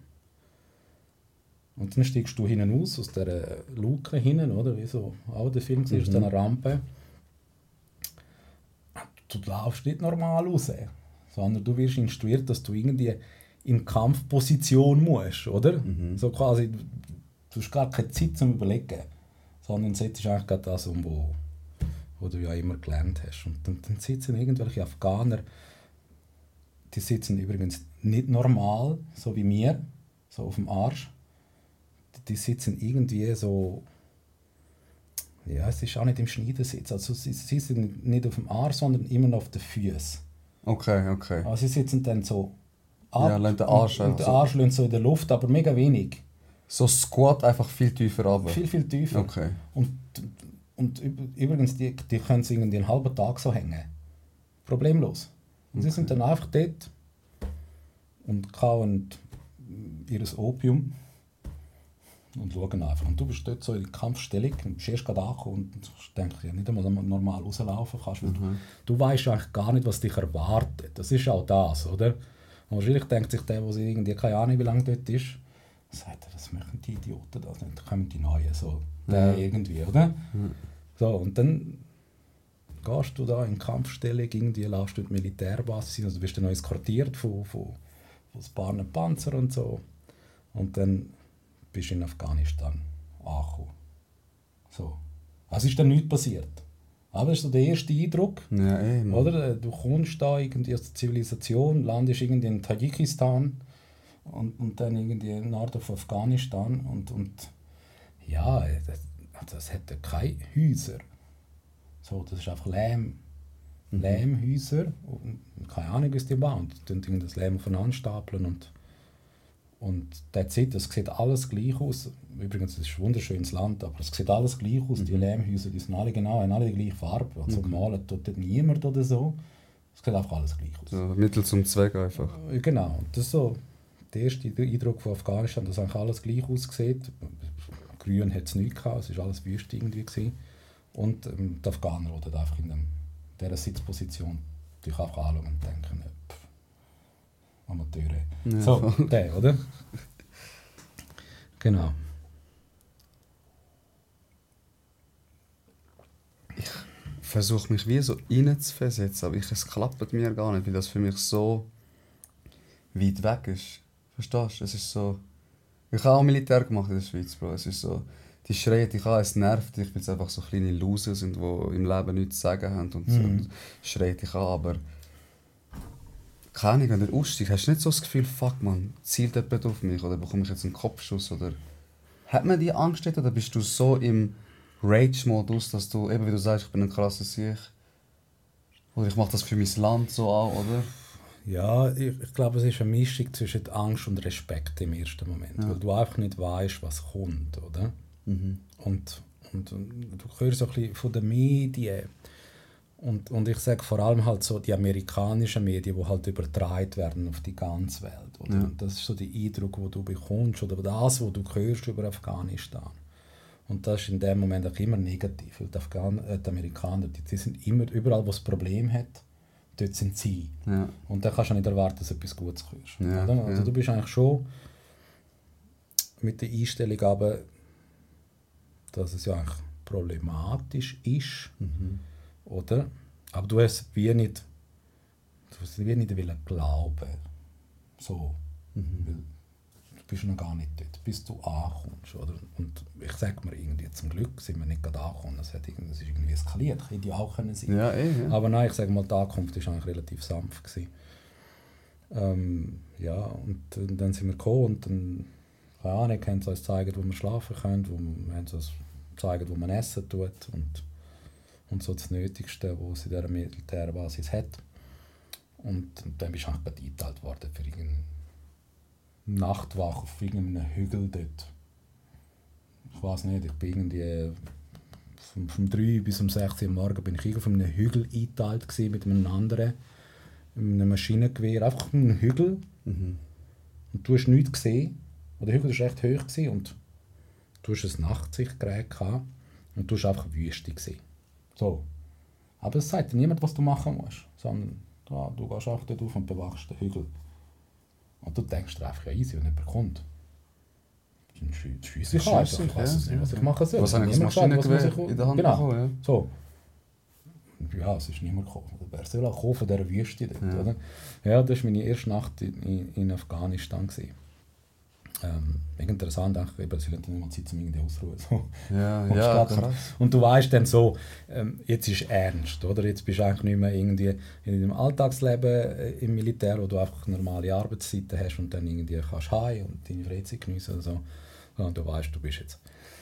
Und dann steigst du hinten aus, aus dieser Luke hinten, oder? Wie so auch der Film war, Mhm. aus dieser Rampe. Du laufst nicht normal raus, sondern du wirst instruiert, dass du irgendwie in Kampfposition musst, oder? Mhm. So quasi, du hast gar keine Zeit zum Überlegen, sondern setzt eigentlich gerade das um, wo, wo du ja immer gelernt hast. Und dann, dann sitzen irgendwelche Afghaner, die sitzen übrigens nicht normal, so wie wir, so auf dem Arsch. Die sitzen irgendwie so, ja, es ist auch nicht im Schneidersitz, also sie, sie sind nicht auf dem Arsch, sondern immer noch auf den Füßen. Okay, okay. Also sie sitzen dann so ab Ja, lassen den Arsch und, und einfach der so- Arsch lässt so in der Luft, aber mega wenig. So Squat einfach viel tiefer runter. Viel, viel tiefer. Okay. Und, und üb- übrigens, die, die können sie irgendwie einen halben Tag so hängen. Problemlos. Und sie sind dann einfach dort und kauen ihr Opium und schauen einfach. Und du bist dort so in Kampfstellung und bist erst gerade angekommen und denkst, ja, nicht einmal normal rauslaufen kannst. Weil Mhm. du, du weißt eigentlich gar nicht, was dich erwartet. Das ist auch das, oder? Und wahrscheinlich denkt sich der, der irgendwie keine Ahnung, wie lange dort ist, sagt er, was machen die Idioten da? Dann kommen die Neuen, so der Ja. irgendwie, oder? Mhm. So, und dann gehst du da in Kampfstellung, irgendwie läufst du in die Militärbasis, also du wirst dann noch eskortiert von, von, von ein paar Panzer und so. Und dann bist du in Afghanistan angekommen. So. Also ist dann nichts passiert. Aber das ist so der erste Eindruck. Ja, eh, Mann. Oder? Du kommst da irgendwie aus der Zivilisation, landest irgendwie in Tadschikistan und, und dann irgendwie im Norden von Afghanistan und, und ja, das, das hat ja keine Häuser. So, das ist einfach Lehm, Mhm. Lehmhäuser und keine Ahnung, was die bauen. Die tun das Lehm aufeinander stapeln und und that's it. Das sieht alles gleich aus. Übrigens, es ist ein wunderschönes Land, aber es sieht alles gleich aus. Mhm. Die Lehmhäuser, die sind alle genau, haben alle die gleiche Farbe. Also Okay. malen tut dort niemand oder so. Es sieht einfach alles gleich aus. So, Mittel zum Zweck einfach. Äh, Genau. Und das ist so der erste Eindruck von Afghanistan, dass eigentlich alles gleich aussieht. Grün hat es nicht gehabt, es war alles Wüste irgendwie gewesen. Und ähm, die Afghaner, die einfach in dem, dieser Sitzposition dich einfach anschauen und denken, pff, Amateure. Ja, so, voll. Der, oder? Genau. Ich versuche mich wie so reinzuversetzen, aber ich, es klappt mir gar nicht, weil das für mich so weit weg ist. Verstehst du? Es ist so... Ich habe auch Militär gemacht in der Schweiz, Bro. Es ist so... Die schreien dich an, es nervt dich, weil es einfach so kleine Loser sind, die im Leben nichts zu sagen haben und, mhm. und schreien dich an, aber... Keine Ahnung, wenn du aussteigst, hast du nicht so das Gefühl, fuck man, zielt jemand auf mich oder bekomme ich jetzt einen Kopfschuss oder... Hat man die Angst oder bist du so im Rage-Modus, dass du, eben wie du sagst, ich bin ein krasser Sieg oder ich mache das für mein Land so auch, oder? Ja, ich, ich glaube, es ist eine Mischung zwischen Angst und Respekt im ersten Moment, ja. Weil du einfach nicht weißt, was kommt, oder? Mhm. Und, und, und du hörst so ein bisschen von den Medien und, und ich sage vor allem halt so die amerikanischen Medien, die halt übertragen werden auf die ganze Welt, oder? Ja. Und das ist so der Eindruck, den du bekommst oder das, was du hörst über Afghanistan. Und das ist in dem Moment auch immer negativ, weil die, Afghan- äh, die Amerikaner, die, die sind immer, überall wo es ein Problem hat, dort sind sie. Ja. Und dann kannst du nicht erwarten, dass du etwas Gutes hörst. Ja, oder? Also ja. Du bist eigentlich schon mit der Einstellung, aber, dass es ja eigentlich problematisch ist, mhm. oder? Aber du hast wie nicht, du hast wie nicht wollen glauben. So. Mhm. Du bist noch gar nicht dort, bis du ankommst. Oder? Und ich sage mir irgendwie, zum Glück sind wir nicht gerade angekommen. Es ist irgendwie eskaliert, das hätte ja auch können sein. Ja, eh, ja. Aber nein, ich sage mal, die Ankunft war eigentlich relativ sanft gewesen. Ähm, ja, und, und dann sind wir gekommen und dann, keine Ahnung, haben sie uns gezeigt, wo wir schlafen können, wo wir, haben sie uns gezeigt, wo man essen tut und, und so das Nötigste, was in dieser Militärbasis hat. Und, und dann bist du eigentlich eingeteilt worden für irgendeinen Nachtwache auf irgendeinem Hügel dort. Ich weiß nicht, ich bin irgendwie vom, vom drei bis um sechs Uhr am Morgen bin ich auf einem Hügel eingeteilt gewesen, mit einem anderen, mit einem Maschinengewehr, einfach auf einem Hügel. Mhm. Und du hast nichts gesehen. Und der Hügel war recht hoch gewesen, und du hast ein Nachtsichtgerät gehabt und du hast einfach Wüste gesehen. So. Aber es sagt dir niemand, was du machen musst, sondern ja, du gehst auch dort auf und bewachst den Hügel. Und du denkst dir einfach, ja easy, wenn jemand kommt. Dann schiesse ich einfach, ich weiß es nicht, was ich machen soll. Was habe ich das Maschinengewehr in der Hand genau. bekommen? Ja. So. Ja, es ist niemand gekommen. Wer soll auch kommen von dieser Wüste dort, ja. Oder? Ja, das war meine erste Nacht in, in Afghanistan. Ähm, interessant, eben, sie hatten nicht mal Zeit, um irgendwie auszuruhen. So. Ja, ja, krass. Und, und du weißt dann so, ähm, jetzt ist es ernst, oder? Jetzt bist du eigentlich nicht mehr irgendwie in deinem Alltagsleben äh, im Militär, wo du einfach normale Arbeitszeiten hast und dann irgendwie kannst heim und deine Freizeit geniessen. So. Und du weißt, du bist jetzt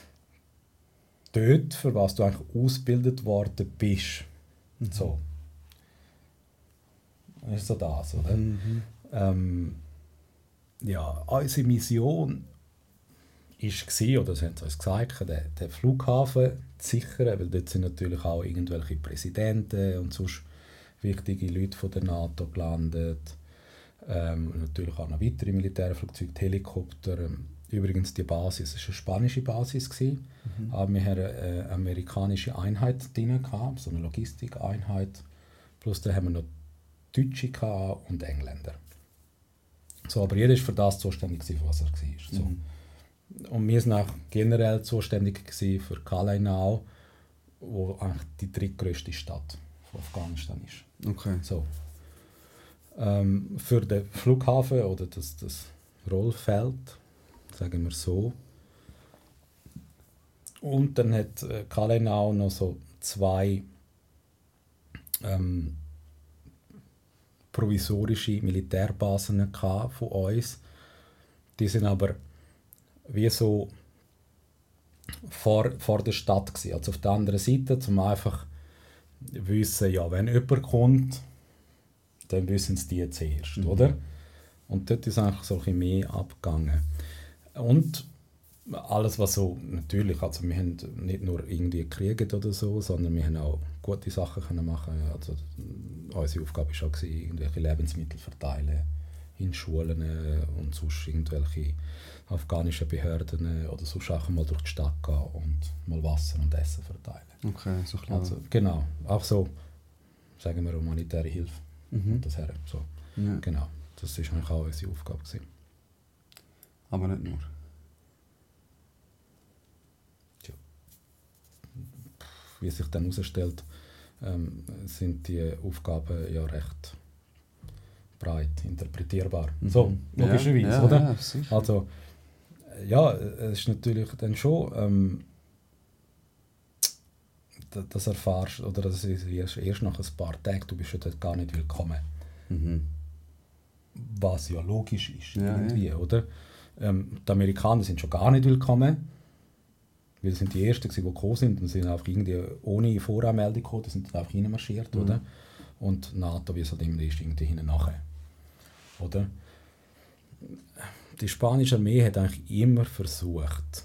dort, für was du eigentlich ausgebildet worden bist. Mhm. So. Das ist so das, oder? Mhm. Ähm, ja, unsere Mission war, oder das haben sie uns gesagt, den, den Flughafen zu sichern, weil dort sind natürlich auch irgendwelche Präsidenten und sonst wichtige Leute von der NATO gelandet. Ähm, natürlich auch noch weitere Militärflugzeuge, Helikopter. Übrigens, die Basis war eine spanische Basis, mhm. aber wir hatten eine amerikanische Einheit drin, so eine Logistikeinheit. Plus dann haben wir noch Deutsche und Engländer. So, aber jeder war für das zuständig, für was er war. So. Mhm. Und wir waren auch generell zuständig für Kalenau, wo eigentlich die drittgrößte Stadt von Afghanistan ist. Okay. So. Ähm, für den Flughafen oder das, das Rollfeld, sagen wir so. Und dann hat äh, Kalenau noch so zwei ähm, provisorische Militärbasen von uns. Die sind aber wie so vor, vor der Stadt gewesen. Also auf der anderen Seite, um einfach wissen, ja, wenn jemand kommt, dann wissen es die zuerst, mhm. oder? Und dort ist eigentlich so ein bisschen mehr abgegangen. Und alles, was so, natürlich, also wir haben nicht nur irgendwie gekriegt oder so, sondern wir haben auch gute Sachen können machen. Also unsere Aufgabe war auch, irgendwelche Lebensmittel verteilen in Schulen äh, und sonst irgendwelche afghanischen Behörden äh, oder sonst auch mal durch die Stadt gehen und mal Wasser und Essen verteilen. Okay, so klar. Also, genau, auch so, sagen wir, humanitäre Hilfe. Mhm. Und das her, so. Ja. Genau, das war eigentlich auch unsere Aufgabe gewesen. Aber nicht nur. Tja. Wie sich dann herausstellt, ähm, sind die Aufgaben ja recht breit interpretierbar. Mhm. So, logischerweise, ja, ja, oder? Ja, sicher. Also, ja, es ist natürlich dann schon, ähm, d- das erfahrst, oder das ist erst, erst nach ein paar Tagen, du bist ja dort gar nicht willkommen. Mhm. Was ja logisch ist, Ja, irgendwie, ja. oder? Ähm, die Amerikaner sind schon gar nicht willkommen, weil sie sind die Ersten, die gekommen sind und sind einfach irgendwie ohne Voranmeldung gekommen, die sind dann einfach reinmarschiert, Mhm. oder? Und NATO, wie es halt immer ist, irgendwie hinten nachher, oder? Die spanische Armee hat eigentlich immer versucht,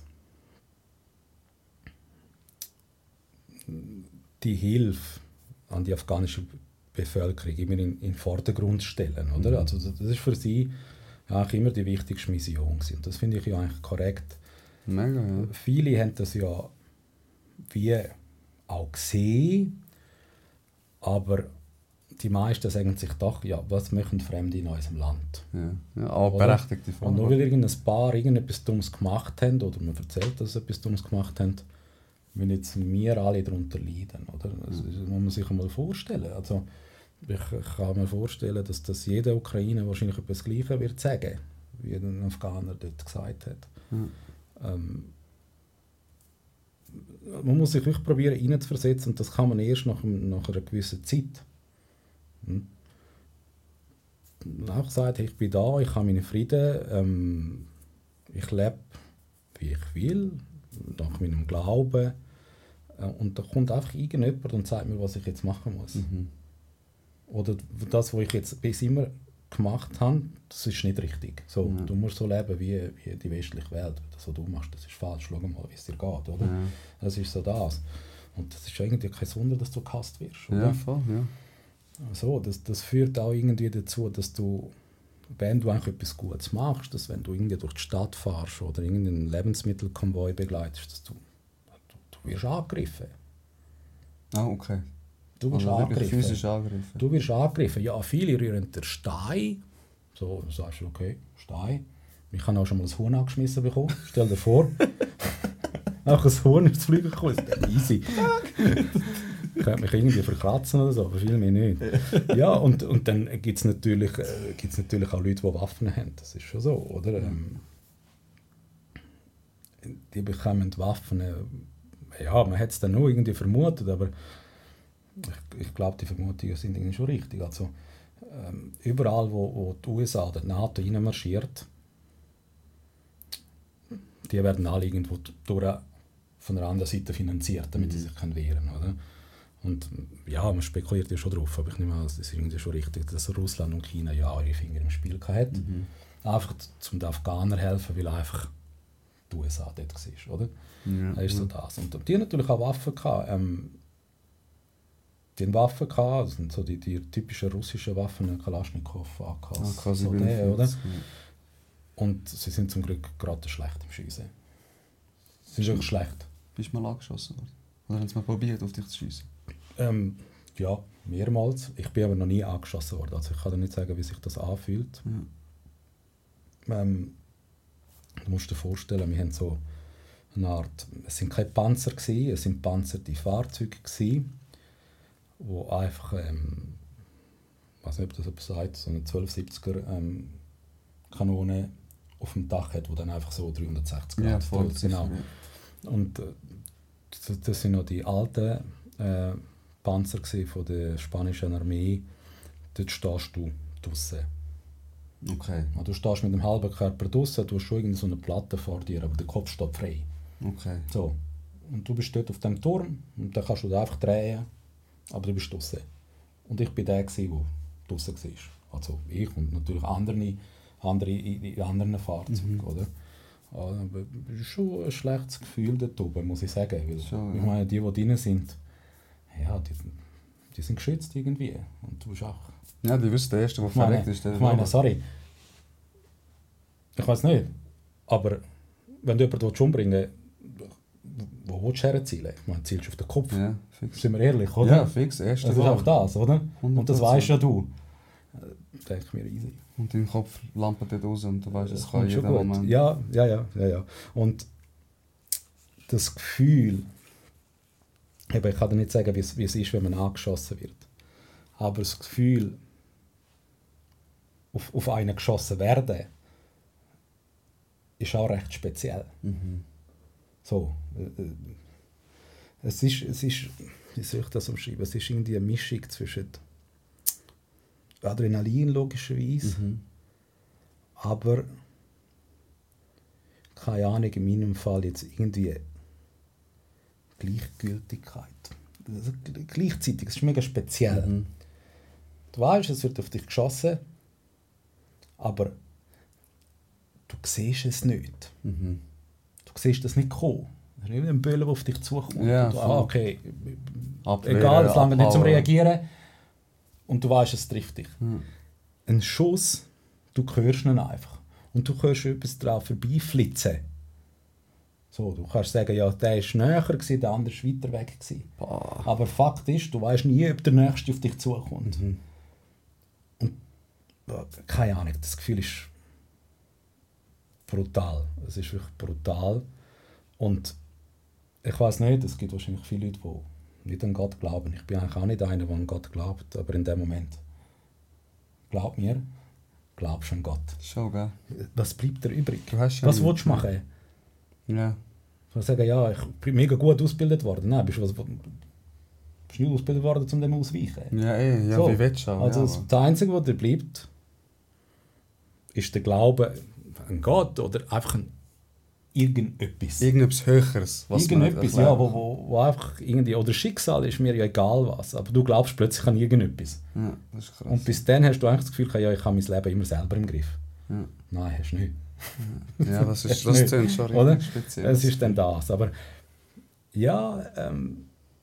die Hilfe an die afghanische Bevölkerung immer in, in den Vordergrund zu stellen, oder? Mhm. Also das ist für sie eigentlich immer die wichtigste Mission gewesen. Und das finde ich ja eigentlich korrekt. Mega, ja. Viele haben das ja wie auch gesehen, aber die meisten sagen sich doch, ja, was machen Fremde in unserem Land? Ja, ja auch Oder? berechtigte Frage. Und nur weil irgendein Paar irgendetwas Dummes gemacht haben, oder man erzählt, dass sie etwas Dummes gemacht haben, wenn jetzt wir alle darunter leiden, oder? Das ist- muss man sich einmal vorstellen. Also, ich, ich kann mir vorstellen, dass das jeder Ukrainer wahrscheinlich etwas Gleiches wird sagen, wie ein Afghaner dort gesagt hat. Ja. Ähm, man muss sich wirklich probieren, reinzuversetzen, und das kann man erst nach, einem- nach einer gewissen Zeit. Hm? Auch gesagt, ich bin da, ich habe meinen Frieden, ähm, ich lebe, wie ich will, nach meinem Glauben. Äh, und da kommt einfach irgendjemand und sagt mir, was ich jetzt machen muss. Mhm. Oder das, was ich jetzt bis immer gemacht habe, das ist nicht richtig. So, Ja. du musst so leben wie, wie die westliche Welt. Das, was du machst, das ist falsch. Schau mal, wie es dir geht. Oder? Ja. Das ist so das. Und das ist eigentlich kein Wunder, dass du gehasst wirst. Oder? Ja, voll, ja. So, das, das führt auch irgendwie dazu, dass du, wenn du eigentlich etwas Gutes machst, dass wenn du irgendwie durch die Stadt fährst oder irgendeinen Lebensmittelkonvoi begleitest, dass du, du, du wirst angegriffen. Ah, okay. Du wirst Also wirklich angegriffen. physisch angegriffen. Du wirst angegriffen. Ja, viele rühren den Stein. So, dann sagst du, okay, Stein. Ich habe auch schon mal ein Huhn angeschmissen bekommen. Stell dir vor. Auch ein Huhn ins Fliegen gekommen. Das ist easy. Ich könnte mich irgendwie verkratzen oder so, aber viel mehr nicht. Ja, und, und dann gibt es natürlich, äh, gibt's natürlich auch Leute, die Waffen haben. Das ist schon so, oder? Ähm, die bekommen Waffen. Äh, ja, man hat es dann nur irgendwie vermutet, aber ich, ich glaube, die Vermutungen sind irgendwie schon richtig. Also, ähm, überall, wo, wo die U S A oder die NATO reinmarschiert, die werden alle irgendwo durch von einer anderen Seite finanziert, damit sie sich können wehren können. Oder? Und ja, man spekuliert ja schon drauf, aber ich nehme an, es ist irgendwie schon richtig, dass Russland und China ja ihre Finger im Spiel hatten. Mhm. Einfach um den Afghanern helfen, weil einfach die U S A dort war. Oder? Ja. Das ist so das. Und die haben natürlich auch Waffen gehabt. Ähm, die haben Waffen gehabt, das sind so die, die typischen russischen Waffen, Kalaschnikow, A Ks, Ah, quasi so die, oder? ja. Und sie sind zum Glück gerade schlecht im Schiessen. Sie sind wirklich schlecht. Bist du mal angeschossen worden? Oder haben sie mal probiert, auf dich zu schiessen? Ähm, ja, mehrmals. Ich bin aber noch nie angeschossen worden. Also ich kann dir nicht sagen, wie sich das anfühlt. Ja. Ähm, du musst dir vorstellen, wir haben so eine Art, es sind keine Panzer gewesen, es sind panzerte Fahrzeuge gewesen, wo einfach, ähm, ich weiß nicht, ob das etwas sagt, so eine zwölfhundertsiebziger ähm, Kanone auf dem Dach hat, wo dann einfach so dreihundertsechzig Ja, Grad voll. dreht, genau. Und äh, das, das sind noch die alten äh, Panzer gewesen von der spanischen Armee. Dort stehst du draussen. Okay, Du stehst mit dem halben Körper draussen, du hast schon irgendeine so eine Platte vor dir, aber der Kopf steht frei. okay. So. Und du bist dort auf dem Turm und dann kannst du da einfach drehen, aber du bist draussen. Und ich war der, der draussen war. Also ich und natürlich andere, andere in in anderen Fahrzeugen. Mhm. Oder? Aber es ist schon ein schlechtes Gefühl dort oben, muss ich sagen. Weil, Schon, ich ja. meine, die, die drin sind, ja, die, sind- die sind geschützt irgendwie. Und du bist auch... Ja, du wirst der Erste, der Ich meine, verreckt ist. Der ich meine sorry, Ich weiß nicht. Aber wenn du jemanden umbringen willst, wo willst du herzielen? Ich meine, zielst du auf den Kopf. Ja, fix. Sind wir ehrlich, oder? Ja, fix. Erste Das ist auch das, oder? hundert Und das Prozent. weißt ja du. Denke mir easy. Und dein Kopf lampert dort raus und du weißt, es Das kann kommt schon jeder gut. Moment. Ja, ja, ja, ja, ja. Und das Gefühl, eben, ich kann dir nicht sagen, wie es, wie es ist, wenn man angeschossen wird. Aber das Gefühl, auf, auf einen geschossen werden, ist auch recht speziell. Mhm. So, äh, äh, es ist, es ist, wie soll ich das umschreiben? Es ist irgendwie eine Mischung zwischen Adrenalin logischerweise, Mhm. aber keine Ahnung, in meinem Fall jetzt irgendwie Gleichgültigkeit. Also, gleichzeitig, es ist mega speziell. Mhm. Du weißt, es wird auf dich geschossen, aber du siehst es nicht. Mhm. Du siehst das nicht kommen. Es ist nicht ein Böller, der auf dich zukommt. Ja, Und du, voll. ah, okay, Abwehren, egal, es lange nicht zum abhauen. Reagieren. Und du weißt, es trifft dich. Ja. Ein Schuss, du hörst ihn einfach. Und du hörst etwas drauf vorbeiflitzen. So, du kannst sagen, ja, der war näher, gewesen, der andere war weiter weg. Gewesen. Boah. Aber Fakt ist, du weißt nie, ob der Nächste auf dich zukommt. Mhm. Und ja, keine Ahnung, das Gefühl ist brutal. Es ist wirklich brutal. Und ich weiß nicht, es gibt wahrscheinlich viele Leute, die nicht an Gott glauben. Ich bin eigentlich auch nicht einer, der an Gott glaubt, aber in dem Moment, glaub mir, glaubst du an Gott. Schon, gell? Was bleibt dir übrig? Du hast ja Was nichts. willst du machen? Ja. Du sagen, ja, ich bin mega gut ausgebildet worden. Nein, bist du was, bist du nicht ausgebildet worden, um dem auszuweichen. Ja, eh, ja, So, wie willst du auch? Also ja, das, das Einzige, was dir bleibt, ist der Glaube an Gott oder einfach an irgendetwas. irgendetwas Höheres, was man nicht Irgendetwas, erklärt. ja, wo, wo, wo einfach irgendwie, oder Schicksal ist mir ja egal was, aber du glaubst plötzlich an irgendetwas. Ja, das ist krass. Und bis dann hast du eigentlich das Gefühl, ja, ich habe mein Leben immer selber im Griff. Ja. Nein, hast du nicht. Ja, das ist Hast das nicht, tönt schon oder? richtig speziell. Es ist dann das. Aber ja, ähm,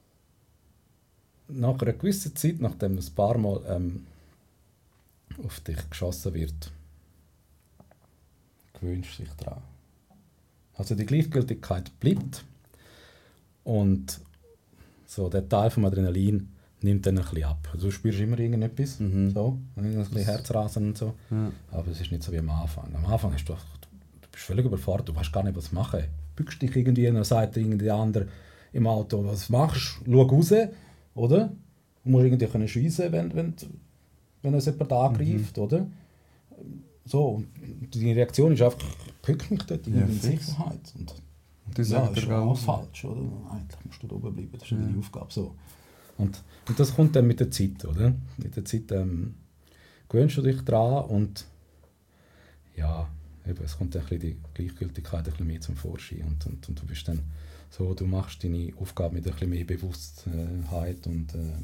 nach einer gewissen Zeit, nachdem ein paar Mal ähm, auf dich geschossen wird, gewöhnst du dich daran. Also die Gleichgültigkeit bleibt und so der Teil vom Adrenalin nimmt dann ein bisschen ab. Also du spürst immer irgendetwas, Mhm. so, ein bisschen Herzrasen und so, Ja. aber es ist nicht so wie am Anfang. Am Anfang hast du, du bist völlig überfordert, du weißt gar nicht, was machen. Du bückst dich irgendwie und dann sagt irgendwie der andere im Auto, was machst du? Schau raus, oder? Du musst irgendwie können schiessen, wenn, wenn, wenn uns jemand angreift, oder? So, und die Reaktion ist einfach, ich pück mich dort in Ja, die fix. Sicherheit. Und Und die ja, sagen ist dir ja auch raus. falsch, oder? Eigentlich musst du da oben bleiben, das ist ja Ja. deine Aufgabe. So. Und, und das kommt dann mit der Zeit, oder? Mit der Zeit ähm, gewöhnst du dich dran und ja, eben, es kommt dann ein bisschen die Gleichgültigkeit ein bisschen mehr zum Vorschein und, und, und du bist dann so, du machst deine Aufgabe mit ein bisschen mehr Bewusstheit und äh,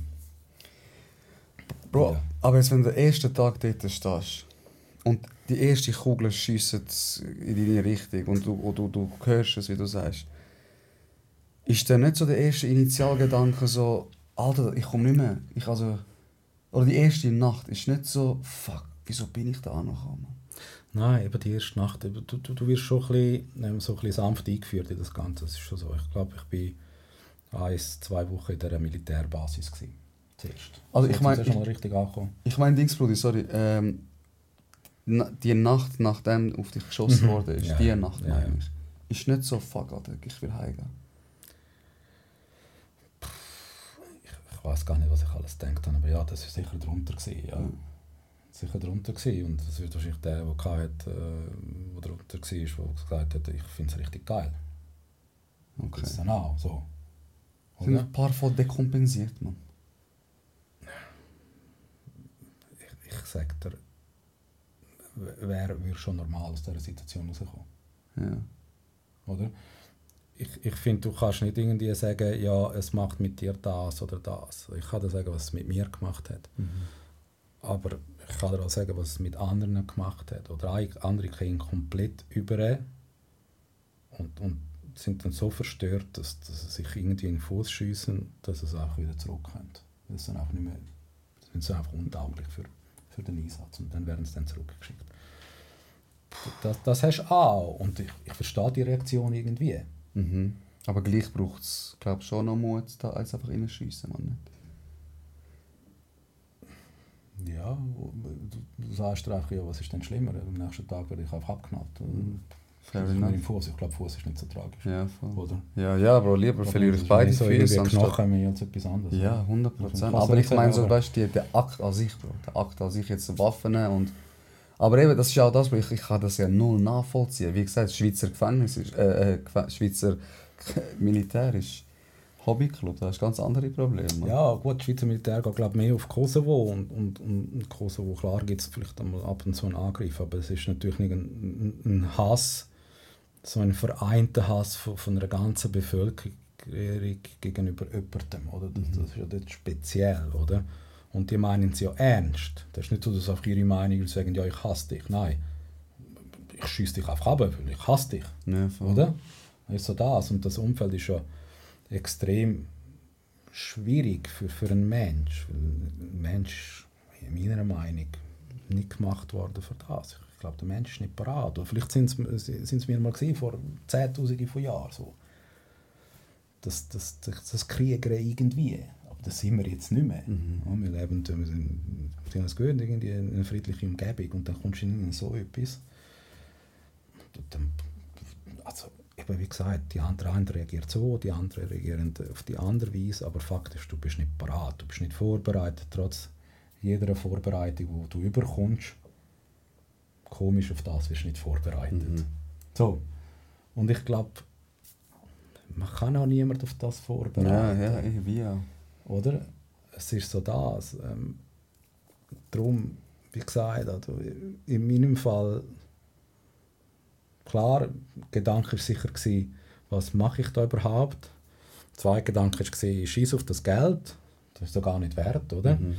Bro, ja. aber jetzt, wenn du den ersten Tag dort stehst und die erste Kugel schiessen in deine Richtung und du, und du, du hörst es, wie du sagst, ist dann nicht so der erste Initialgedanke so, Alter, ich komme nicht mehr. Ich also, oder die erste Nacht ist nicht so, fuck, wieso bin ich da angekommen? Nein, eben die erste Nacht, eben, du, du, du wirst schon ein bisschen, ähm, so ein bisschen sanft eingeführt in das Ganze, das ist schon so. Ich glaube, ich war ein, zwei Wochen in dieser Militärbasis gewesen, zuerst. Also ich So, mein, zum ersten Mal richtig angekommen. Ich meine, Dings, Brudi, sorry, ähm, na, die Nacht, nachdem auf dich geschossen Mhm. wurde, ist Ja, die Nacht, ja, meine ja. ich. Ist nicht so, fuck, Alter, ich will heimgehen. Ich weiß gar nicht, was ich alles gedacht habe, aber ja, das war sicher drunter gewesen, ja. Mhm. Sicher drunter gewesen. Und das wird wahrscheinlich der, der hatte, äh, der drunter war, der gesagt hat, ich finde es richtig geil. Okay. Das ist dann auch so. Sind Oder? ein paar voll dekompensiert, man. Ich, ich sage dir, wer würde schon normal aus dieser Situation rauskommen? Ja. Oder? Ich, ich finde, du kannst nicht irgendwie sagen, ja, es macht mit dir das oder das. Ich kann dir sagen, was es mit mir gemacht hat. Mhm. Aber ich kann dir auch sagen, was es mit anderen gemacht hat. Oder andere gehen komplett über und, und sind dann so verstört, dass, dass sie sich irgendwie in den Fuß schiessen, dass es auch wieder zurückkommt. Das sind einfach nicht mehr, sind sie einfach untauglich für, für den Einsatz und dann werden sie dann zurückgeschickt. Das, das hast du auch. Und ich, ich verstehe die Reaktion irgendwie. Mhm. Aber gleich braucht es, glaube ich, schon noch Mut, da als einfach reinschiessen, man nicht? Ja, du, du sagst dir einfach, ja, was ist denn schlimmer? Am nächsten Tag werde ich einfach abknallt. Fair Das ist enough. mit dem Fuß. Ich glaube, Fuß ist nicht so tragisch. Ja, voll. Oder? Ja, ja, aber lieber verliere ich Das ist beide mehr so Füße irgendwie anstatt... Knochen mehr als etwas anderes. Ja, hundert Also, Prozent. kannst du Aber nicht ich meine so, sagen, aber- weißt du, der Akt an sich, Bro. Der Akt an sich, jetzt Waffen und... Aber eben, das ist ja auch das, ich, ich kann das ja null nachvollziehen. Wie gesagt, Schweizer Gefängnis ist... Äh, äh, Schweizer Militär ist Hobbyclub, da hast du ganz andere Probleme. Ja, gut, das Schweizer Militär geht glaube mehr auf Kosovo und, und, und Kosovo, klar gibt es vielleicht einmal ab und zu einen Angriff, aber es ist natürlich nicht ein, ein, ein Hass, so ein vereinter Hass von, von einer ganzen Bevölkerung gegenüber jemandem, oder? Das, das ist ja dort speziell, oder? Und die meinen es ja ernst. Das ist nicht so, dass auf ihre Meinung sagen, ja, ich hasse dich. Nein, ich schiesse dich einfach ab, weil ich hasse dich, Ja, voll. oder? Das ist so das. Und das Umfeld ist ja extrem schwierig für, für einen Mensch. Weil ein Mensch ist in meiner Meinung nicht gemacht worden für das. Ich glaube, der Mensch ist nicht parat. Oder vielleicht sind es mir mal gewesen, vor Zehntausenden von Jahren. So. Das, das, das, das Kriegen irgendwie. Aber das sind wir jetzt nicht mehr. Mhm. Ja, wir leben wir sind, wir sind es gewöhnt, irgendwie in eine friedliche Umgebung. Und dann kommst du in so etwas. Dann, also, eben wie gesagt, die andere, eine reagiert so, die andere reagieren auf die andere Weise, aber faktisch, du bist nicht parat, du bist nicht vorbereitet, trotz jeder Vorbereitung, die du überkommst. Komisch, auf das wirst du nicht vorbereitet. Mhm. So. Und ich glaube, man kann auch niemand auf das Ja, vorbereiten. ja, irgendwie auch. Oder? Es ist so das. Ähm, darum, wie gesagt, also in meinem Fall, klar, der Gedanke war sicher, gewesen, was mache ich da überhaupt? Der zweite Gedanke war, ich schieße auf das Geld. Das ist so gar nicht wert, oder? Mhm.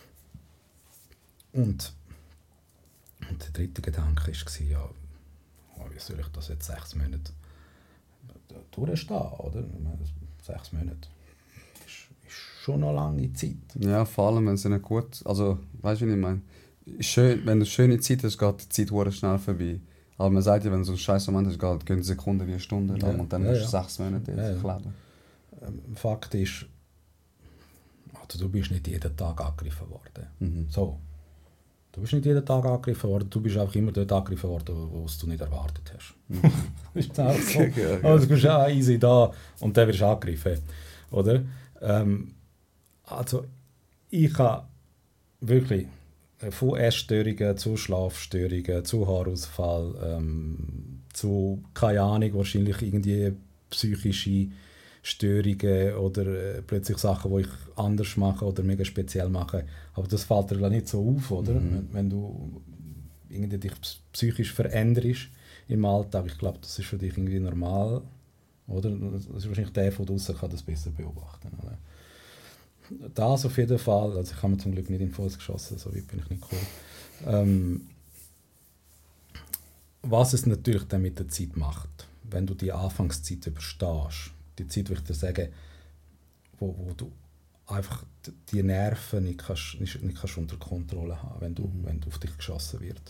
Und, und der dritte Gedanke war, ja, oh, wie soll ich das jetzt sechs Monate durchstehen, oder? Ich meine, sechs Monate ist, ist schon noch lange Zeit. Ja, vor allem, wenn es nicht gut... Also, weißt du, wie ich meine? Schön, wenn du eine schöne Zeit hast, geht die Zeit verdammt schnell vorbei. Aber man sagt ja, wenn du so einen scheiß Moment hast, geht, gehen Sekunden wie eine Stunde lang Ja, und dann ja, bist du ja. sechs Monate Ja, jetzt ja. leben. Ähm, Fakt ist, also du bist nicht jeden Tag angegriffen worden. Mhm. So. Du bist nicht jeden Tag angegriffen worden, du bist auch immer dort angegriffen worden, wo du nicht erwartet hast. Das ist auch so. Ja, ja. Also du bist auch easy da und dann wirst du angegriffen. Oder? Ähm, also ich habe wirklich von Essstörungen zu Schlafstörungen, zu Haarausfall, ähm, zu, keine Ahnung, wahrscheinlich irgendwie psychische Störungen oder äh, plötzlich Sachen, die ich anders mache oder mega speziell mache. Aber das fällt dir nicht so auf, oder? Mhm. Wenn, wenn du irgendwie dich psychisch veränderst im Alltag, ich glaube, das ist für dich irgendwie normal, oder? Das ist wahrscheinlich der von draußen kann das besser beobachten, oder? Das auf jeden Fall, also ich habe mir zum Glück nicht in den Fuß geschossen, so weit bin ich nicht gekommen. Ähm, was es natürlich dann mit der Zeit macht, wenn du die Anfangszeit überstehst, die Zeit, wo ich dir sage, wo, wo du einfach die Nerven nicht, kannst, nicht, nicht kannst unter Kontrolle haben, wenn du, Mhm. wenn du auf dich geschossen wird.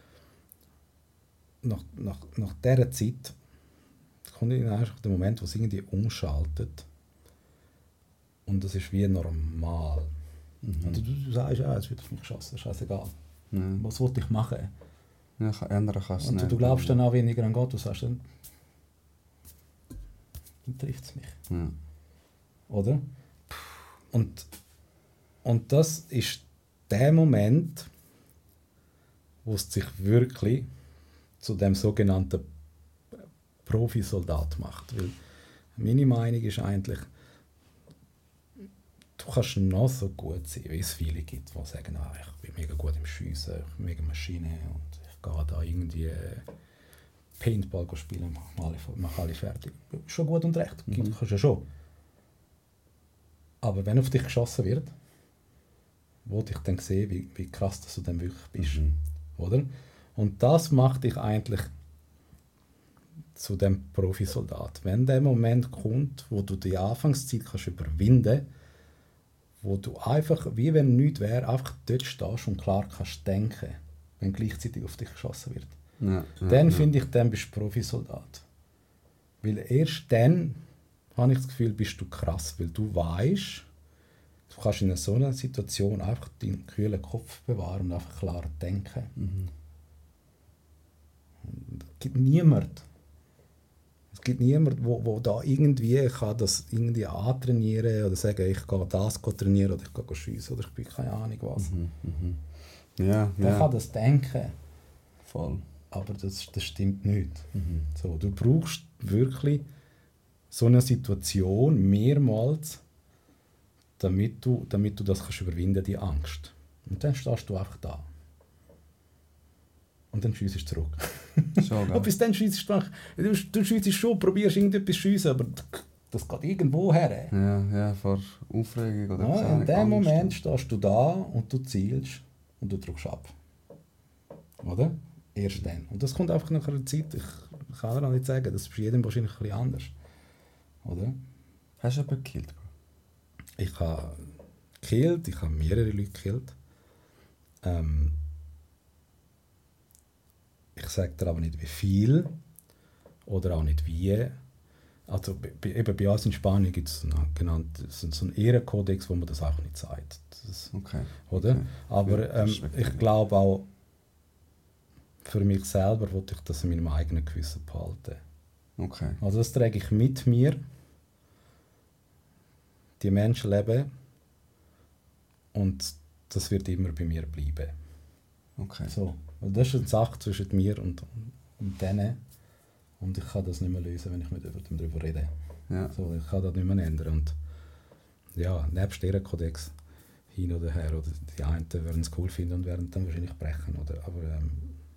Nach, nach, nach dieser Zeit kommt eigentlich der Moment, wo es irgendwie umschaltet und das ist wie normal. Mhm. Und du, du sagst, ja, es wird auf mich geschossen, scheißegal. Ja. Was wollte ich machen? Ja, kann- ändern kannst du Und nicht. du, du glaubst dann auch weniger an Gott, du sagst dann, dann trifft es mich. Ja. Oder? Und, und das ist der Moment, wo es sich wirklich zu dem sogenannten Profisoldat macht. Weil meine Meinung ist eigentlich, du kannst noch so gut sein, wie es viele gibt, die sagen, ah, ich bin mega gut im Schiessen, ich bin mega Maschine und ich gehe da irgendwie Paintball spielen, mache alle, mach alle fertig. Schon gut und recht, Mhm. mhm. kannst du ja schon. Aber wenn auf dich geschossen wird, wollte ich dann sehen, wie, wie krass dass du dann wirklich bist. Mhm. Oder? Und das macht dich eigentlich zu dem Profisoldat. Wenn der Moment kommt, wo du die Anfangszeit kannst überwinden, wo du einfach, wie wenn nichts wäre, einfach dort stehst und klar kannst denken, wenn gleichzeitig auf dich geschossen wird. Ja, ja, dann ja. finde ich, dann bist du Profisoldat. Weil erst dann, habe ich das Gefühl, bist du krass, weil du weißt, du kannst in so einer Situation einfach deinen kühlen Kopf bewahren und einfach klar denken. Mhm. Es gibt niemanden, es gibt niemanden, wo, wo da irgendwie kann das irgendwie antrainieren oder sagen, ich gehe das trainieren oder ich gehe schiessen oder ich bin keine Ahnung was. Mhm. Mhm. Ja, Der ja. kann das denken, Voll. aber das, das stimmt nicht. Mhm. So, du brauchst wirklich so eine Situation mehrmals, damit du, damit du das kannst überwinden, die Angst. Und dann stehst du einfach da. Und dann schiessest du zurück. Schon, Und bis dann schiessest du einfach, du, du schiessest schon, probierst irgendetwas zu schiessen, aber das geht irgendwo her. Ja, ja, vor Aufregung oder Ja, keine in dem Angst. Moment stehst du da und du zielst und du drückst ab. Oder? Erst dann. Und das kommt einfach nach einer Zeit. Ich kann dir auch nicht sagen, das ist bei jedem wahrscheinlich ein bisschen anders. Oder? Hast du jemanden gekillt, Bro? Ich habe gekillt, ich habe mehrere Leute gekillt. Ähm, ich sage dir aber nicht wie viel oder auch nicht wie. Also bei, eben bei uns in Spanien gibt es genannt, so einen Ehrenkodex, wo man das auch nicht sagt. Das, Okay. oder? Okay. Aber Ja, das ähm, ist wirklich- ich glaube auch, für mich selber wollte ich das in meinem eigenen Gewissen behalten. Okay. Also das trage ich mit mir. Die Menschen leben und das wird immer bei mir bleiben. Okay. So. Also das ist eine Sache zwischen mir und, und denen. Und ich kann das nicht mehr lösen, wenn ich mit jemandem darüber rede. Ja. So, ich kann das nicht mehr ändern. Und ja, nebst deren Kodex hin oder her. Oder die einen werden es cool finden und werden dann wahrscheinlich brechen. Oder, aber ähm,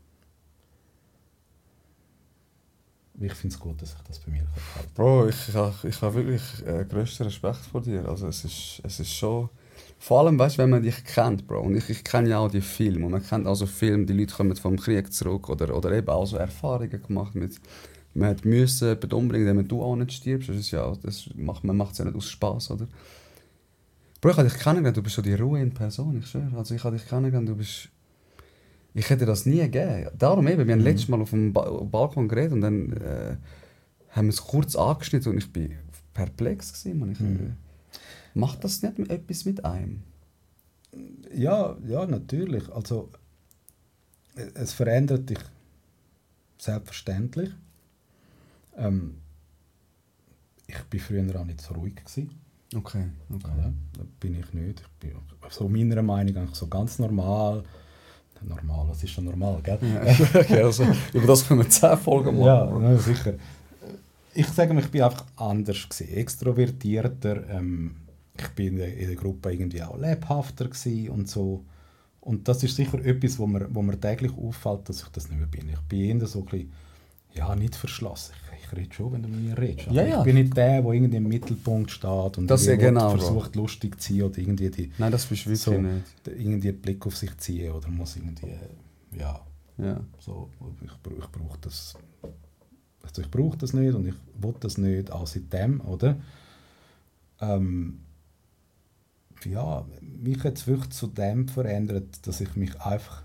ich finde es gut, dass ich das bei mir behalte. Bro, ich, ich habe ich hab wirklich äh, grössten Respekt vor dir. Also es ist, es ist schon... Vor allem, weißt du, wenn man dich kennt, Bro. Und ich, ich kenne ja auch die Filme. Und man kennt auch so Filme, die Leute kommen vom Krieg zurück. Oder, oder eben auch so Erfahrungen gemacht mit... Man hat müssen jemanden umbringen, damit du auch nicht stirbst. Das ist ja, das macht, man macht es ja nicht aus Spass, oder? Bro, ich habe dich kennengelernt, du bist so die Ruhe in Person, ich schwöre. Also ich habe dich kennengelernt, du bist... Ich hätte das nie gegeben. Darum eben, wir haben Mhm. letztes Mal auf dem ba Balkon geredet und dann äh, haben wir es kurz angeschnitten und ich bin perplex gewesen, man. Ich, Mhm. äh, macht das nicht etwas mit einem? Ja, ja, natürlich. Also, es verändert dich selbstverständlich. Ähm, ich war früher auch nicht so ruhig gewesen. Okay, okay. Ja, das bin ich nicht. Ich bin so meiner Meinung nach so ganz normal. Normal, was ist schon normal, gell? Ja, okay, also, über das können wir zehn Folgen machen. Ja, ja, sicher. Ich sage mir, ich bin einfach anders gewesen, extrovertierter. Ähm, ich bin in der, in der Gruppe irgendwie auch lebhafter gewesen und so. Und das ist sicher etwas, wo mir, wo mir täglich auffällt, dass ich das nicht mehr bin. Ich bin eher so ein bisschen, ja, nicht verschlossen. Ich, ich rede schon, wenn du mit mir redest. Aber Ja, ja. Ich bin nicht der, der irgendwie im Mittelpunkt steht und Das ja irgendwie genau, versucht, lustig zu sein oder irgendwie die, Nein, das bist du wirklich so, nicht. irgendwie einen Blick auf sich ziehen oder muss irgendwie, ja, Ja. so, ich, bra- ich brauche das, also ich brauche das nicht und ich will das nicht, auch seitdem, oder? Ähm, ja, mich hat es wirklich zu dem verändert, dass ich mich einfach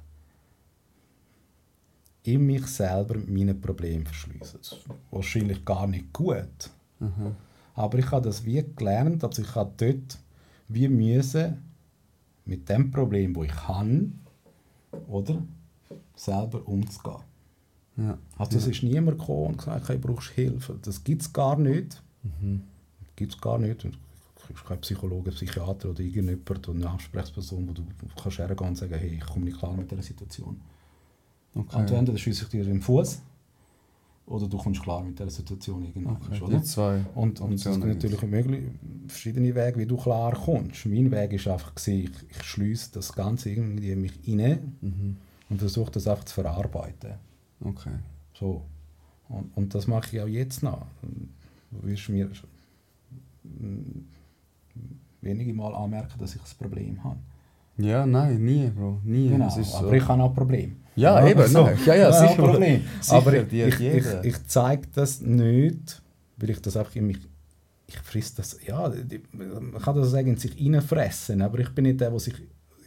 in mich selber mit meinen Problemen verschliesse. Das ist wahrscheinlich gar nicht gut, Mhm. aber ich habe das wie gelernt, also ich habe dort wie müssen mit dem Problem, das ich habe, oder, selber umzugehen. Ja. Also es ist niemand gekommen und gesagt, hey, brauchst Hilfe. Das gibt es gar nicht. Mhm. Gibt es gar nicht. Du bist kein Psychologe, Psychiater oder irgendjemand oder eine Ansprechperson, wo du kannst hergehen und sagen, hey, ich komme nicht klar mit dieser Situation. Okay. Entweder schiesse ich dir in den Fuß oder du kommst klar mit dieser Situation irgendwann. Okay. Oder? Die zwei Und, und es gibt Optionen natürlich möglich, verschiedene Wege, wie du klar kommst. Mein Weg war einfach, gewesen, ich, ich schliesse das Ganze irgendwie in mich rein Mhm. und versuche das einfach zu verarbeiten. Okay. So. Und, und das mache ich auch jetzt noch. Du wirst mir mm, wenige Mal anmerken, dass ich ein Problem habe. Ja, nein, nie, Bro. Nie. Genau, Es ist aber so. ich habe auch ein Problem. Ja, eben, so. nein. Ja, ja, Ich habe sicher. ein Problem. Sicher, aber die ich, hat ich, ich, jeder. ich zeige das nicht, weil ich das einfach in mich, ich friss das, ja, die, man kann das sagen, in sich reinfressen, aber ich bin nicht der, der sich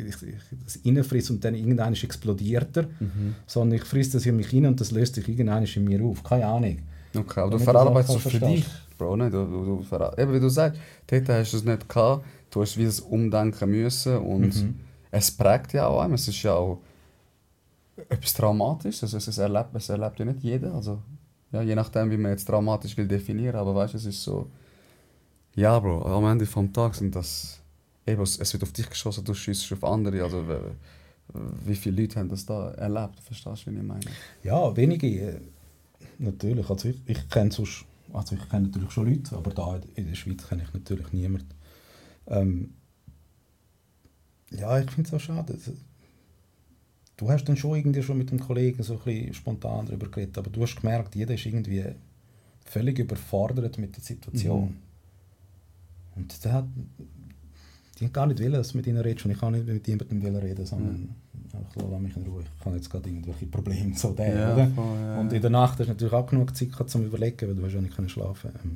ich, ich das reinfrisse und dann irgendwann explodiert er, Mhm. sondern ich frisse das in mich rein und das löst sich irgendwann in mir auf. Keine Ahnung. Okay, aber du Damit verarbeitest du es das für auch dich, verstehst. Bro, ne? Du, du, du verar- Eben wie du sagst, dort hast du es nicht gehabt, du hast wie das Umdenken müssen und Mhm. es prägt ja auch einem, es ist ja auch etwas Traumatisches, also es erlebt, es erlebt ja nicht jeder, also ja, je nachdem, wie man jetzt traumatisch will definieren, aber weißt du, es ist so, ja, Bro, am Ende vom Tag sind das, eben, es es wird auf dich geschossen, du schießt auf andere, also w- wie viele Leute haben das da erlebt, verstehst du, wie ich meine? Ja, wenige. äh, Natürlich. Also ich, ich kenne sonst, also ich kenne natürlich schon Leute, aber da in der Schweiz kenne ich natürlich niemanden. Ähm, ja, ich finde es auch schade. Also, du hast dann schon irgendwie schon mit dem Kollegen so ein bisschen spontan darüber geredet, aber du hast gemerkt, jeder ist irgendwie völlig überfordert mit der Situation. Mhm. Und der hat, die haben gar nicht wollen, dass du mit ihnen redest und ich kann nicht mit jemandem wollen reden, sondern einfach, lass mich in Ruhe. Ich habe jetzt gerade irgendwelche Probleme, so der, Ja, oder? voll, ja, Und ja. in der Nacht hast du natürlich auch genug Zeit gehabt, zum Überlegen, weil du hast ja nicht können schlafen. Ähm,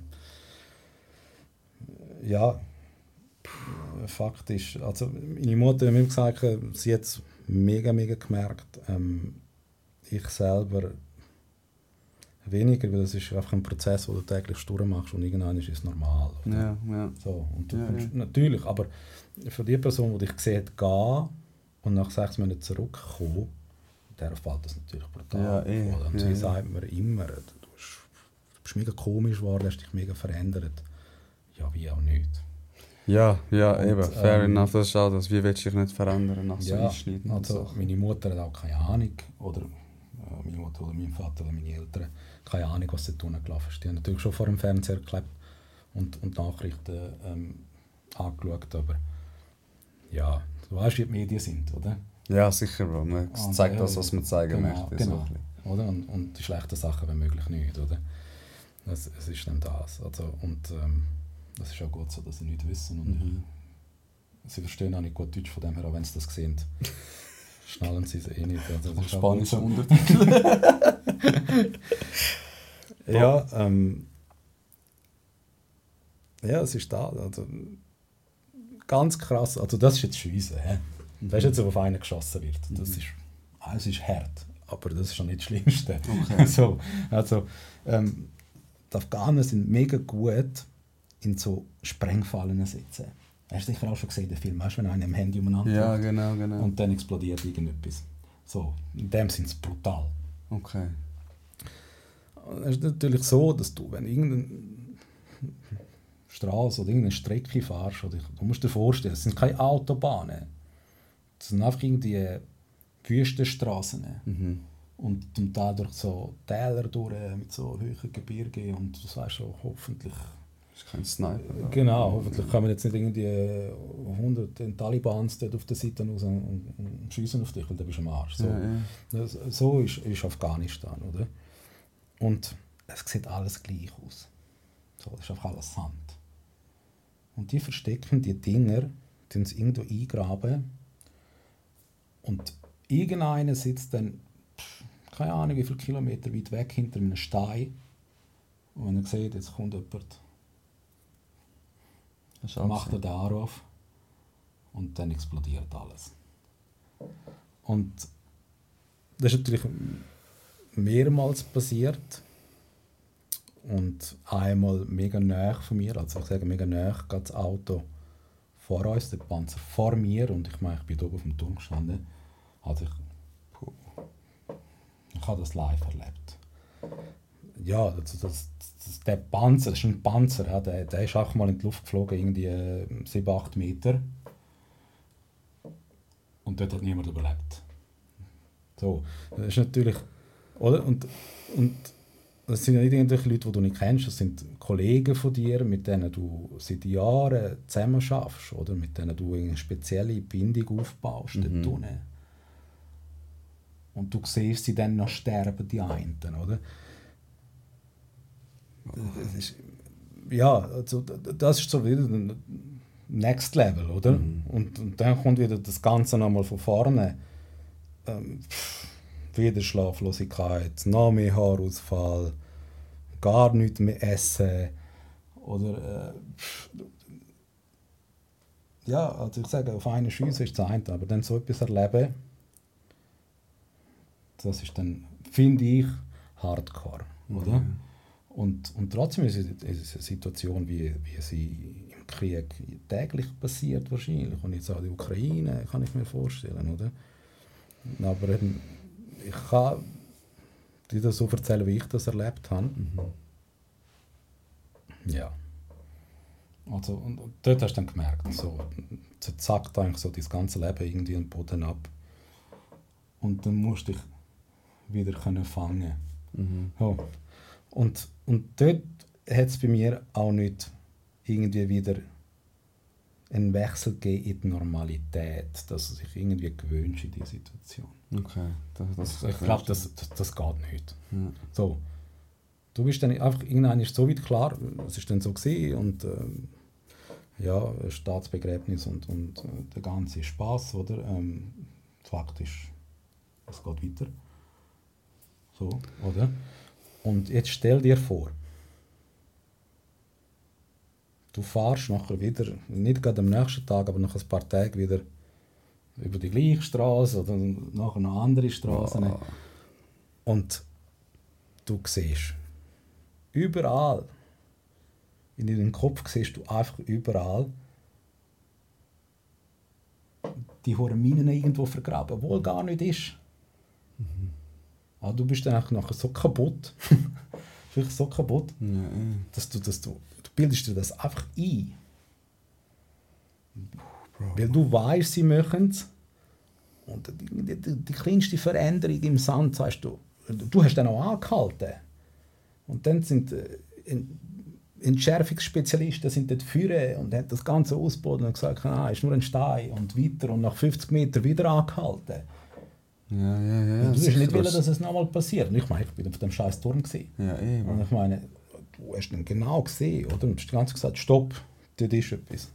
ja, Fakt ist, also meine Mutter hat mir gesagt, sie hat es mega, mega gemerkt. Ähm, ich selber weniger, weil das ist einfach ein Prozess, den du täglich durchmachst und irgendwann ist es normal. Oder? Ja, ja. So, und du Ja, kommst, ja. natürlich, aber für die Person, die dich sieht, gehen und nach sechs Monaten zurückkommen, der fällt das natürlich brutal. Ja, eh, auf, oder? Und ja, sie ja. sagt mir immer, du bist, du bist mega komisch geworden, hast dich mega verändert. Ja, wie auch nicht. Ja, ja, Und, eben, fair ähm, enough, das ist auch das, wie willst du dich nicht verändern nach so Ja, Einschneiden und also Sachen. meine Mutter hat auch keine Ahnung, oder äh, meine Mutter oder mein Vater oder meine Eltern, keine Ahnung, was dort unten gelaufen ist. Die haben natürlich schon vor dem Fernseher geklebt und, und Nachrichten ähm, angeschaut, aber ja, du weißt, wie die Medien sind, oder? Ja, sicher, Bro, man Und, zeigt äh, das, was man zeigen genau, möchte. Genau, So ein bisschen. oder? Und, und die schlechten Sachen, wenn möglich, nicht, oder? Es, es ist dann das, also, und ähm, das ist auch gut so, dass sie nichts wissen und Mhm. sie verstehen auch nicht gut Deutsch, von dem her, auch wenn sie das sehen, schnallen sie es eh nicht. Also, das ist auch Spanische gut so. Untertitel. Ja, ähm, ja, es ist da. Also, ganz krass. Also das ist jetzt Scheisse. He? Weißt du, jetzt, auf einen geschossen wird. Das ist, ah, es ist hart. Aber das ist schon nicht das Schlimmste. Okay. so, also, ähm, die Afghanen sind mega gut in so Sprengfallen sitzen. Hast du sicher auch schon gesehen, den Film, weißt du, wenn einer im Handy umeinander Ja, läuft genau, genau. und dann explodiert irgendetwas. So, in dem sind sie brutal. Okay. Es ist natürlich so, dass du, wenn irgendeine Straße oder irgendeine Strecke fährst, oder du musst dir vorstellen, es sind keine Autobahnen. Es sind einfach irgendwie Wüstenstraßen. Mhm. Und, und dadurch so Täler durch mit so hohen Gebirgen und du sagst so, hoffentlich, Das ist kein Sniper. oder? genau, hoffentlich kommen jetzt nicht irgendwie hundert Talibans dort auf der Seite raus und, und, und schiessen auf dich, weil dann bist du am Arsch. So, Ja, ja. das, so ist, ist Afghanistan, oder? Und es sieht alles gleich aus. So, das ist einfach alles Sand. Und die verstecken die Dinger, die uns irgendwo eingraben. Und irgendeiner sitzt dann, pff, keine Ahnung wie viele Kilometer weit weg hinter einem Stein. Und wenn er sieht, jetzt kommt jemand, Das ist auch macht er so. den Anruf und dann explodiert alles. Und das ist natürlich mehrmals passiert und einmal mega nahe von mir, also ich sage mega nahe, geht das Auto vor uns, der Panzer vor mir und ich meine, ich bin oben auf dem Turm gestanden, also ich, puh, ich habe das live erlebt. Ja, das, das, das, der Panzer, das ist ein Panzer, ja, der, der ist auch mal in die Luft geflogen, irgendwie sieben, acht Meter. Und dort hat niemand überlebt. So, das ist natürlich, oder? Und, und das sind ja nicht irgendwelche Leute, die du nicht kennst, das sind Kollegen von dir, mit denen du seit Jahren zusammen schaffst, oder? Mit denen du eine spezielle Bindung aufbaust, Mhm. dort unten. Und du siehst sie dann noch sterben, die einen, oder? Das ist, ja, also das ist so wieder ein Next Level, oder? Mhm. Und, und dann kommt wieder das Ganze nochmal von vorne. Ähm, pff, wieder Schlaflosigkeit, noch mehr Haarausfall, gar nichts mehr essen. Oder, äh, pff, ja, also ich sage, auf eine Schüsse ist das eine, aber dann so etwas erleben, das ist dann, finde ich, hardcore, oder? Mhm. Und, und trotzdem ist es, ist es eine Situation, wie, wie sie im Krieg täglich passiert wahrscheinlich. Und jetzt auch die Ukraine, kann ich mir vorstellen, oder? Aber ähm, ich kann dir das so erzählen, wie ich das erlebt habe. Mhm. Ja. Also, und, und dort hast du dann gemerkt, so, so zackt eigentlich so das ganze Leben irgendwie den Boden ab. Und dann musst du dich wieder können fangen. Mhm. Ja. Und, und dort hat es bei mir auch nicht irgendwie wieder einen Wechsel gegeben in die Normalität, dass du dich irgendwie gewöhnst in diese Situation. Okay. Das, das, Ich glaube, das, das, das geht nicht. Ja. So. Du bist dann einfach, irgendwann ist so weit klar, es ist dann so gewesen und ähm, ja, Staatsbegräbnis und, und äh, der ganze Spaß, oder? Ähm, faktisch, es geht weiter. So, oder? Und jetzt stell dir vor, du fährst nachher wieder, nicht gerade am nächsten Tag, aber nach ein paar Tagen wieder über die gleiche Straße oder nachher noch andere Straßen. Oh. Und du siehst überall, in deinem Kopf siehst du einfach überall die hohen Minen irgendwo vergraben, obwohl gar nicht ist. Mhm. Aber du bist dann einfach nachher so kaputt, vielleicht so kaputt, Ja, ja. dass du, dass du, du bildest dir das einfach ein. Bro. Weil du weißt, sie machen es. Und die, die, die, die kleinste Veränderung im Sand, sagst du, du hast dann auch angehalten. Und dann sind äh, Entschärfungsspezialisten sind dort vorne und haben das Ganze ausgeboten und gesagt, ah, ist nur ein Stein und weiter und nach fünfzig Metern wieder angehalten. Ja, ja, ja. Und du sicher, hast nicht wollen, das- dass es nochmal passiert. Und ich meine, ich bin auf dem scheiß Turm gewesen. Ja, eben. Und ich meine, du hast dann genau gesehen, oder? Und du hast die ganze Zeit gesagt, stopp, dort ist etwas.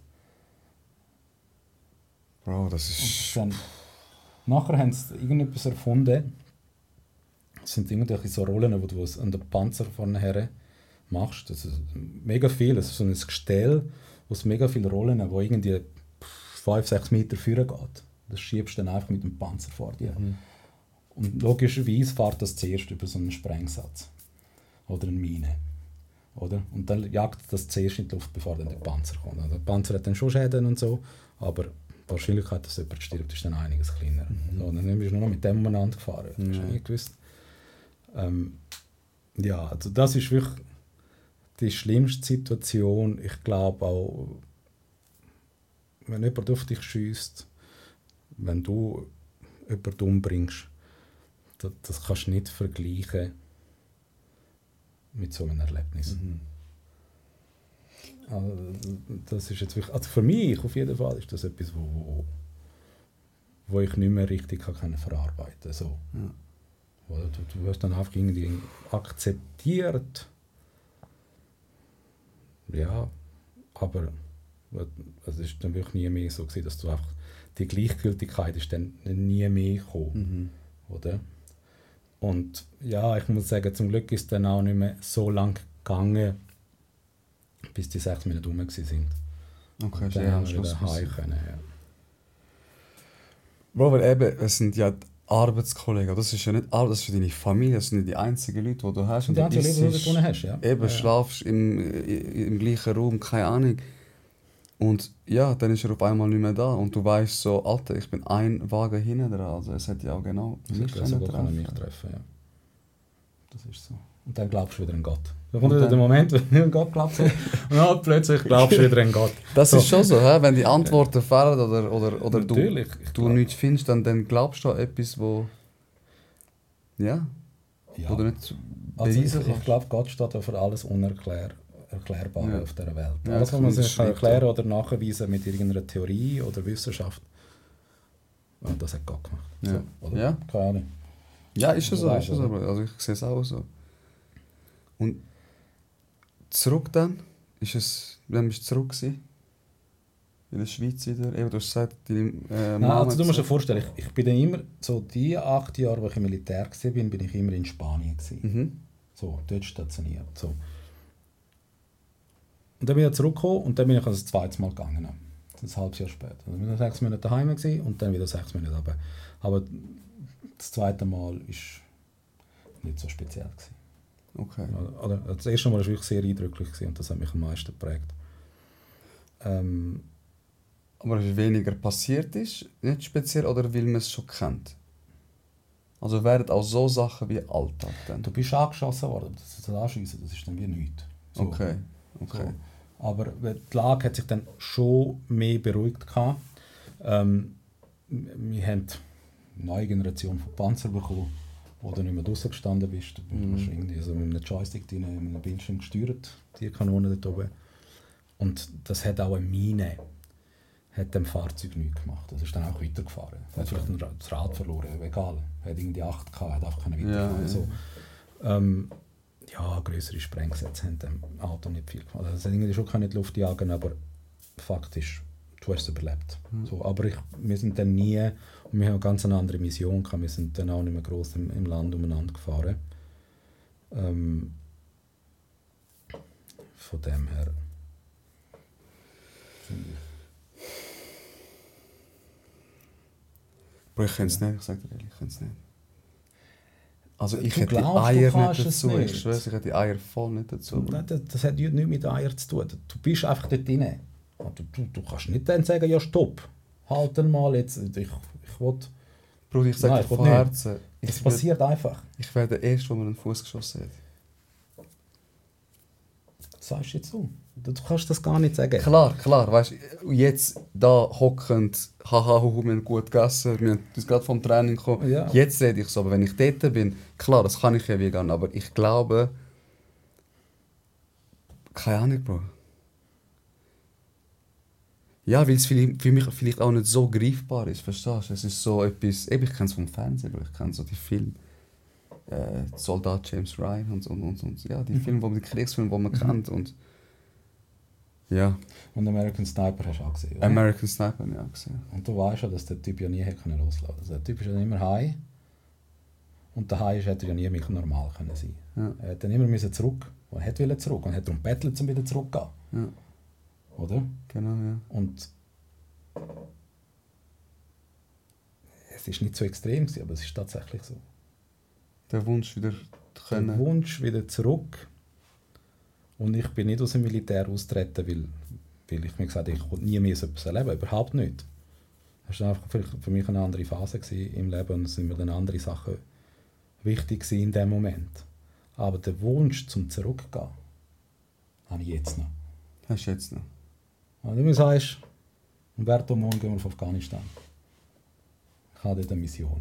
Bro, das Und ist... dann, nachher haben sie irgendetwas erfunden. Es sind irgendwelche so Rollen, wo du es an den Panzer vorne her machst. Das ist mega viel. Es ist so ein Gestell aus mega vielen Rollen, wo irgendwie fünf, sechs Meter vorne geht. Das schiebst du dann einfach mit dem Panzer vor dir. Mhm. Und logischerweise fährt das zuerst über so einen Sprengsatz. Oder eine Mine. Oder? Und dann jagt das zuerst in die Luft, bevor dann der Panzer kommt. Also der Panzer hat dann schon Schäden und so, aber die Wahrscheinlichkeit, dass jemand stirbt, ist dann einiges kleiner. Mhm. So, dann bist du nur noch mit dem umeinander gefahren. Das hast du Ja. nicht gewusst. Ähm, ja, also das ist wirklich die schlimmste Situation. Ich glaube auch, wenn jemand auf dich schiesst, wenn du jemanden umbringst, das, das kannst du nicht vergleichen mit so einem Erlebnis. Mhm. Also, das ist jetzt wirklich, also für mich auf jeden Fall ist das etwas, wo, wo, wo ich nicht mehr richtig kann verarbeiten so. Ja. Oder du, du hast dann einfach irgendwie akzeptiert. Ja, aber es ist dann wirklich nie mehr so gewesen, dass du einfach, die Gleichgültigkeit ist dann nie mehr gekommen, Mhm. oder? Und ja, ich muss sagen, zum Glück ist es dann auch nicht mehr so lang gegangen, bis die sechs Minuten rum sind. Okay, Und sehr dann am haben wir Schluss wieder heim passiert. können, ja. Bro, weil eben, es sind ja die Arbeitskollegen, das ist ja nicht Arbeit, das ist ja deine Familie, das sind nicht die einzigen Leute, die du hast. Und die einzigen Leute, die du isst, dort unten hast, ja. Eben, Ja. schlafst im, im gleichen Raum, keine Ahnung. Und ja, dann ist er auf einmal nicht mehr da und du weißt so, Alter, ich bin ein Wagen hinten dran, also es hätte ja auch genau Sie mich können sogar können können mich treffen. treffen, ja. Das ist so. Und dann glaubst du wieder an Gott. Dann kommt Und wieder der dann- Moment, wenn du an Gott glaubst. Und dann plötzlich glaubst du wieder an Gott. Das So. ist schon so, hä? Wenn die Antworten fehlen oder, oder, oder du, Natürlich. Ich du glaub- nichts findest, dann, dann glaubst du an etwas, wo, ja, Ja. wo du nicht Also ich, beweisen ich kannst. glaube, Gott steht ja für alles Unerklärbare Ja. auf dieser Welt. Ja, Alles, ich was man finde, das sich kann stimmt, erklären ja. oder nachweisen mit irgendeiner Theorie oder Wissenschaft, ja, das hat Gott gemacht. Ja. So, oder? Ja. Keine Ahnung. Ja, ist schon so, Weiß, ist schon so. oder? Also ich sehe es auch so. Und zurück dann, ist es, wann bist du zurück gewesen? In der Schweiz wieder? Eben, du hast gesagt, deine äh, Nein, Mama... also du musst dir hat vorstellen, ich, ich bin dann immer, so die acht Jahre, wo ich im Militär war, bin, bin ich immer in Spanien gewesen. gesagt- Mhm. So, dort stationiert. So. Und dann bin ich zurückgekommen und dann bin ich also das zweite Mal gegangen. ein halbes Jahr später. Also wir waren sechs Monate daheim gewesen und dann wieder sechs Monate runter. Aber das zweite Mal war nicht so speziell gewesen. Okay. Oder, das erste Mal war wirklich sehr eindrücklich gewesen und das hat mich am meisten geprägt. Ähm, Aber weil weniger passiert ist, nicht speziell, oder weil man es schon kennt? Also werden auch so Sachen wie Alltag dann? du bist angeschossen worden, das, das Anschiessen, das ist dann wie nichts. So. Okay, okay. So. Aber die Lage hat sich dann schon mehr beruhigt gehabt. Ähm, wir haben eine neue Generation von Panzer bekommen, wo du nicht mehr draussen gestanden bist. Du Mhm. hast irgendwie so mit einem Joystick drin, mit einem Bildschirm gesteuert, die Kanone dort oben. Und das hat auch eine Mine, hat dem Fahrzeug nichts gemacht. Das ist dann auch weitergefahren. Er hat vielleicht ein Ra- das Rad verloren, egal. Er hat irgendwie acht gehabt, hat einfach keine weiterfahren. Ja, ja. So. Ähm, ja, grössere Sprengsätze haben dem Auto nicht viel gemacht. Also es hat irgendwie schon keine Luft jagen, aber faktisch, du hast es überlebt. Mhm. So, aber ich, wir sind dann nie, und wir haben eine ganz eine andere Mission gehabt, wir sind dann auch nicht mehr gross im, im Land umeinander gefahren. Ähm, von dem her finde ich. Bro, ich könnte es nicht, ich sage dir ehrlich, ich könnte es nicht. Also ich Du hätte die glaubst, du Eier kannst nicht es dazu, nicht. ich schwöre, ich hätte die Eier voll nicht dazu. Nein, das, das hat nichts mit Eiern zu tun. Du bist einfach dort drin. Du, du, du kannst nicht dann sagen, ja stopp, halt mal jetzt, ich, ich will. Bruder, ich sage Nein, dir ich will von nicht. Herzen, Das ich werde passiert einfach. ich wär der Erste, der mir einen Fuß geschossen hat. Das sagst du jetzt so. Du, du kannst das gar nicht sagen. Klar, klar, weißt du, jetzt da hockend, haha, hu, wir haben gut gegessen, wir sind gerade vom Training gekommen, Ja. jetzt rede ich so, aber wenn ich dort bin, klar, das kann ich ja wie gehen, aber ich glaube, keine Ahnung, Bro. Ja, weil es für für mich vielleicht auch nicht so greifbar ist, verstehst du? Es ist so etwas, eben, ich kenne es vom Fernsehen, Bro. Ich kenne so die Filme, äh, Soldat James Ryan und, und, und, und ja, die Filme, wo man, die Kriegsfilme, die man kennt und ja, Und American Sniper hast du auch gesehen. Oder? American Sniper habe ich auch gesehen. Und du weißt ja, dass der Typ ja nie hätte können loslassen. Also der Typ ist ja immer high. Und der high hätte ja nie mehr normal können sein. Ja. Er hat dann immer müssen zurück. Und er wollte zurück. Und er hat darum gebettelt, um wieder zurückzugehen. Ja, Oder? genau, ja. Und es ist nicht so extrem gewesen, aber es ist tatsächlich so. Der Wunsch wieder zu Der können. Wunsch wieder zurück. Und ich bin nicht aus dem Militär austreten, weil, weil ich mir gesagt habe, ich will nie mehr so etwas erleben. Überhaupt nicht. Das war einfach für, für mich eine andere Phase im Leben und es sind mir dann andere Sachen wichtig gewesen in dem Moment. Aber der Wunsch zum Zurückgehen habe ich jetzt noch. Hast du jetzt noch? Wenn du mir sagst, Umberto, morgen gehen wir auf Afghanistan. Ich habe dort eine Mission.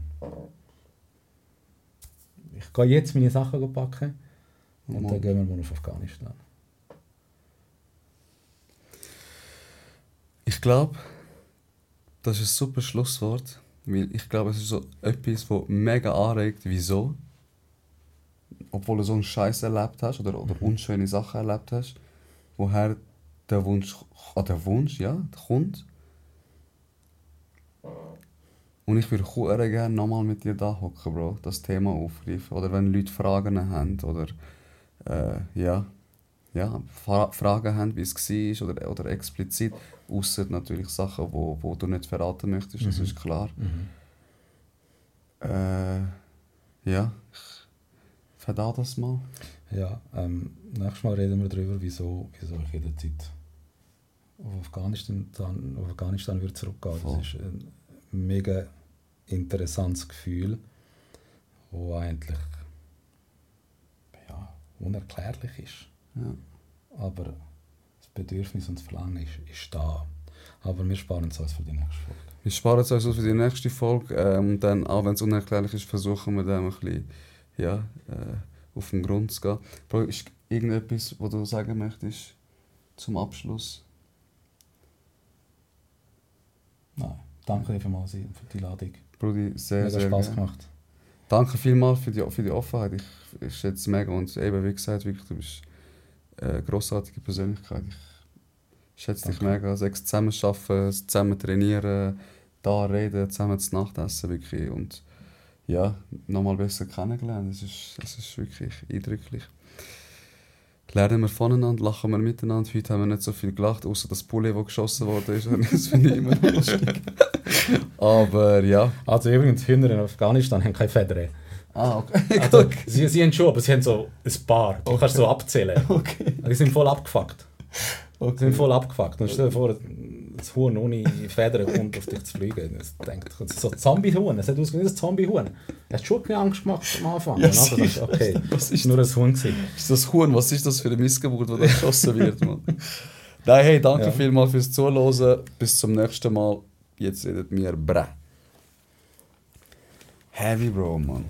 Ich gehe jetzt meine Sachen packen und Morgen. dann gehen wir morgen auf Afghanistan. Ich glaube, das ist ein super Schlusswort, weil ich glaube, es ist so etwas, das mega anregt, wieso, obwohl du so einen Scheiß erlebt hast oder, oder unschöne Sachen erlebt hast, woher der Wunsch, ah, der Wunsch, ja, kommt. Und ich würde sehr gerne nochmal mit dir da hocken, Bro, das Thema aufgreifen. Oder wenn Leute Fragen haben oder äh, ja, ja, Fra- Fragen haben, wie es war oder, oder explizit, ausser natürlich Sachen, wo, wo du nicht verraten möchtest, das Mhm. ist klar. Mhm. Äh, ja, ich verdau das mal. Ja, ähm, nächstes Mal reden wir darüber, wieso, wieso ich jederzeit auf Afghanistan, dann, auf Afghanistan würde zurückgehen. Voll. Das ist ein mega interessantes Gefühl, das eigentlich ja, unerklärlich ist. Ja. Aber das Bedürfnis und das Verlangen ist, ist da. Aber wir sparen es uns für die nächste Folge. Wir sparen es uns auf für die nächste Folge. Ähm, und dann, auch wenn es unerklärlich ist, versuchen wir dann ein bisschen ja, äh, auf den Grund zu gehen. Bro, ist irgendetwas, was du sagen möchtest zum Abschluss? Nein, danke dir vielmals für die Ladung. Brudi, sehr, Mega sehr Spaß gerne. gemacht. Danke vielmals für die, für die Offenheit. Ich, ich schätze es mega. Und eben, wie gesagt, wirklich, du bist eine grossartige Persönlichkeit. Ich schätze dich Danke. mega. Sechs zusammen arbeiten, zusammen trainieren, da reden, zusammen zu Nacht essen. Wirklich. Und ja, nochmal besser kennengelernt. Es ist, es ist wirklich eindrücklich. lernen wir voneinander, lachen wir miteinander. Heute haben wir nicht so viel gelacht, außer das Poulet, das geschossen wurde. Das finde ich immer noch lustig. Aber ja. Also übrigens, Hühner in Afghanistan haben keine Federn. Ah, okay. Also, sie, sie haben schon, aber sie haben so ein paar. Du Okay. kannst so abzählen. Okay. Die sind voll abgefuckt. Okay. Die sind voll abgefuckt. Und stell dir vor, das Huhn ohne Federn kommt auf dich zu fliegen. Das denkt, das ist so ein Zombie-Huhn. Es hat ausgesehen wie ein Zombie-Huhn. Hast du schon keine Angst gemacht am Anfang? Ja, also, das ist okay. Was Das ist nur ein Huhn gewesen. Ist das Huhn? Was ist das für eine Missgeburt, die da geschossen wird, Mann? Nein, hey, danke Ja. vielmals fürs Zuhören. Bis zum nächsten Mal. Jetzt redet mir Bra. Heavy Bro, Mann.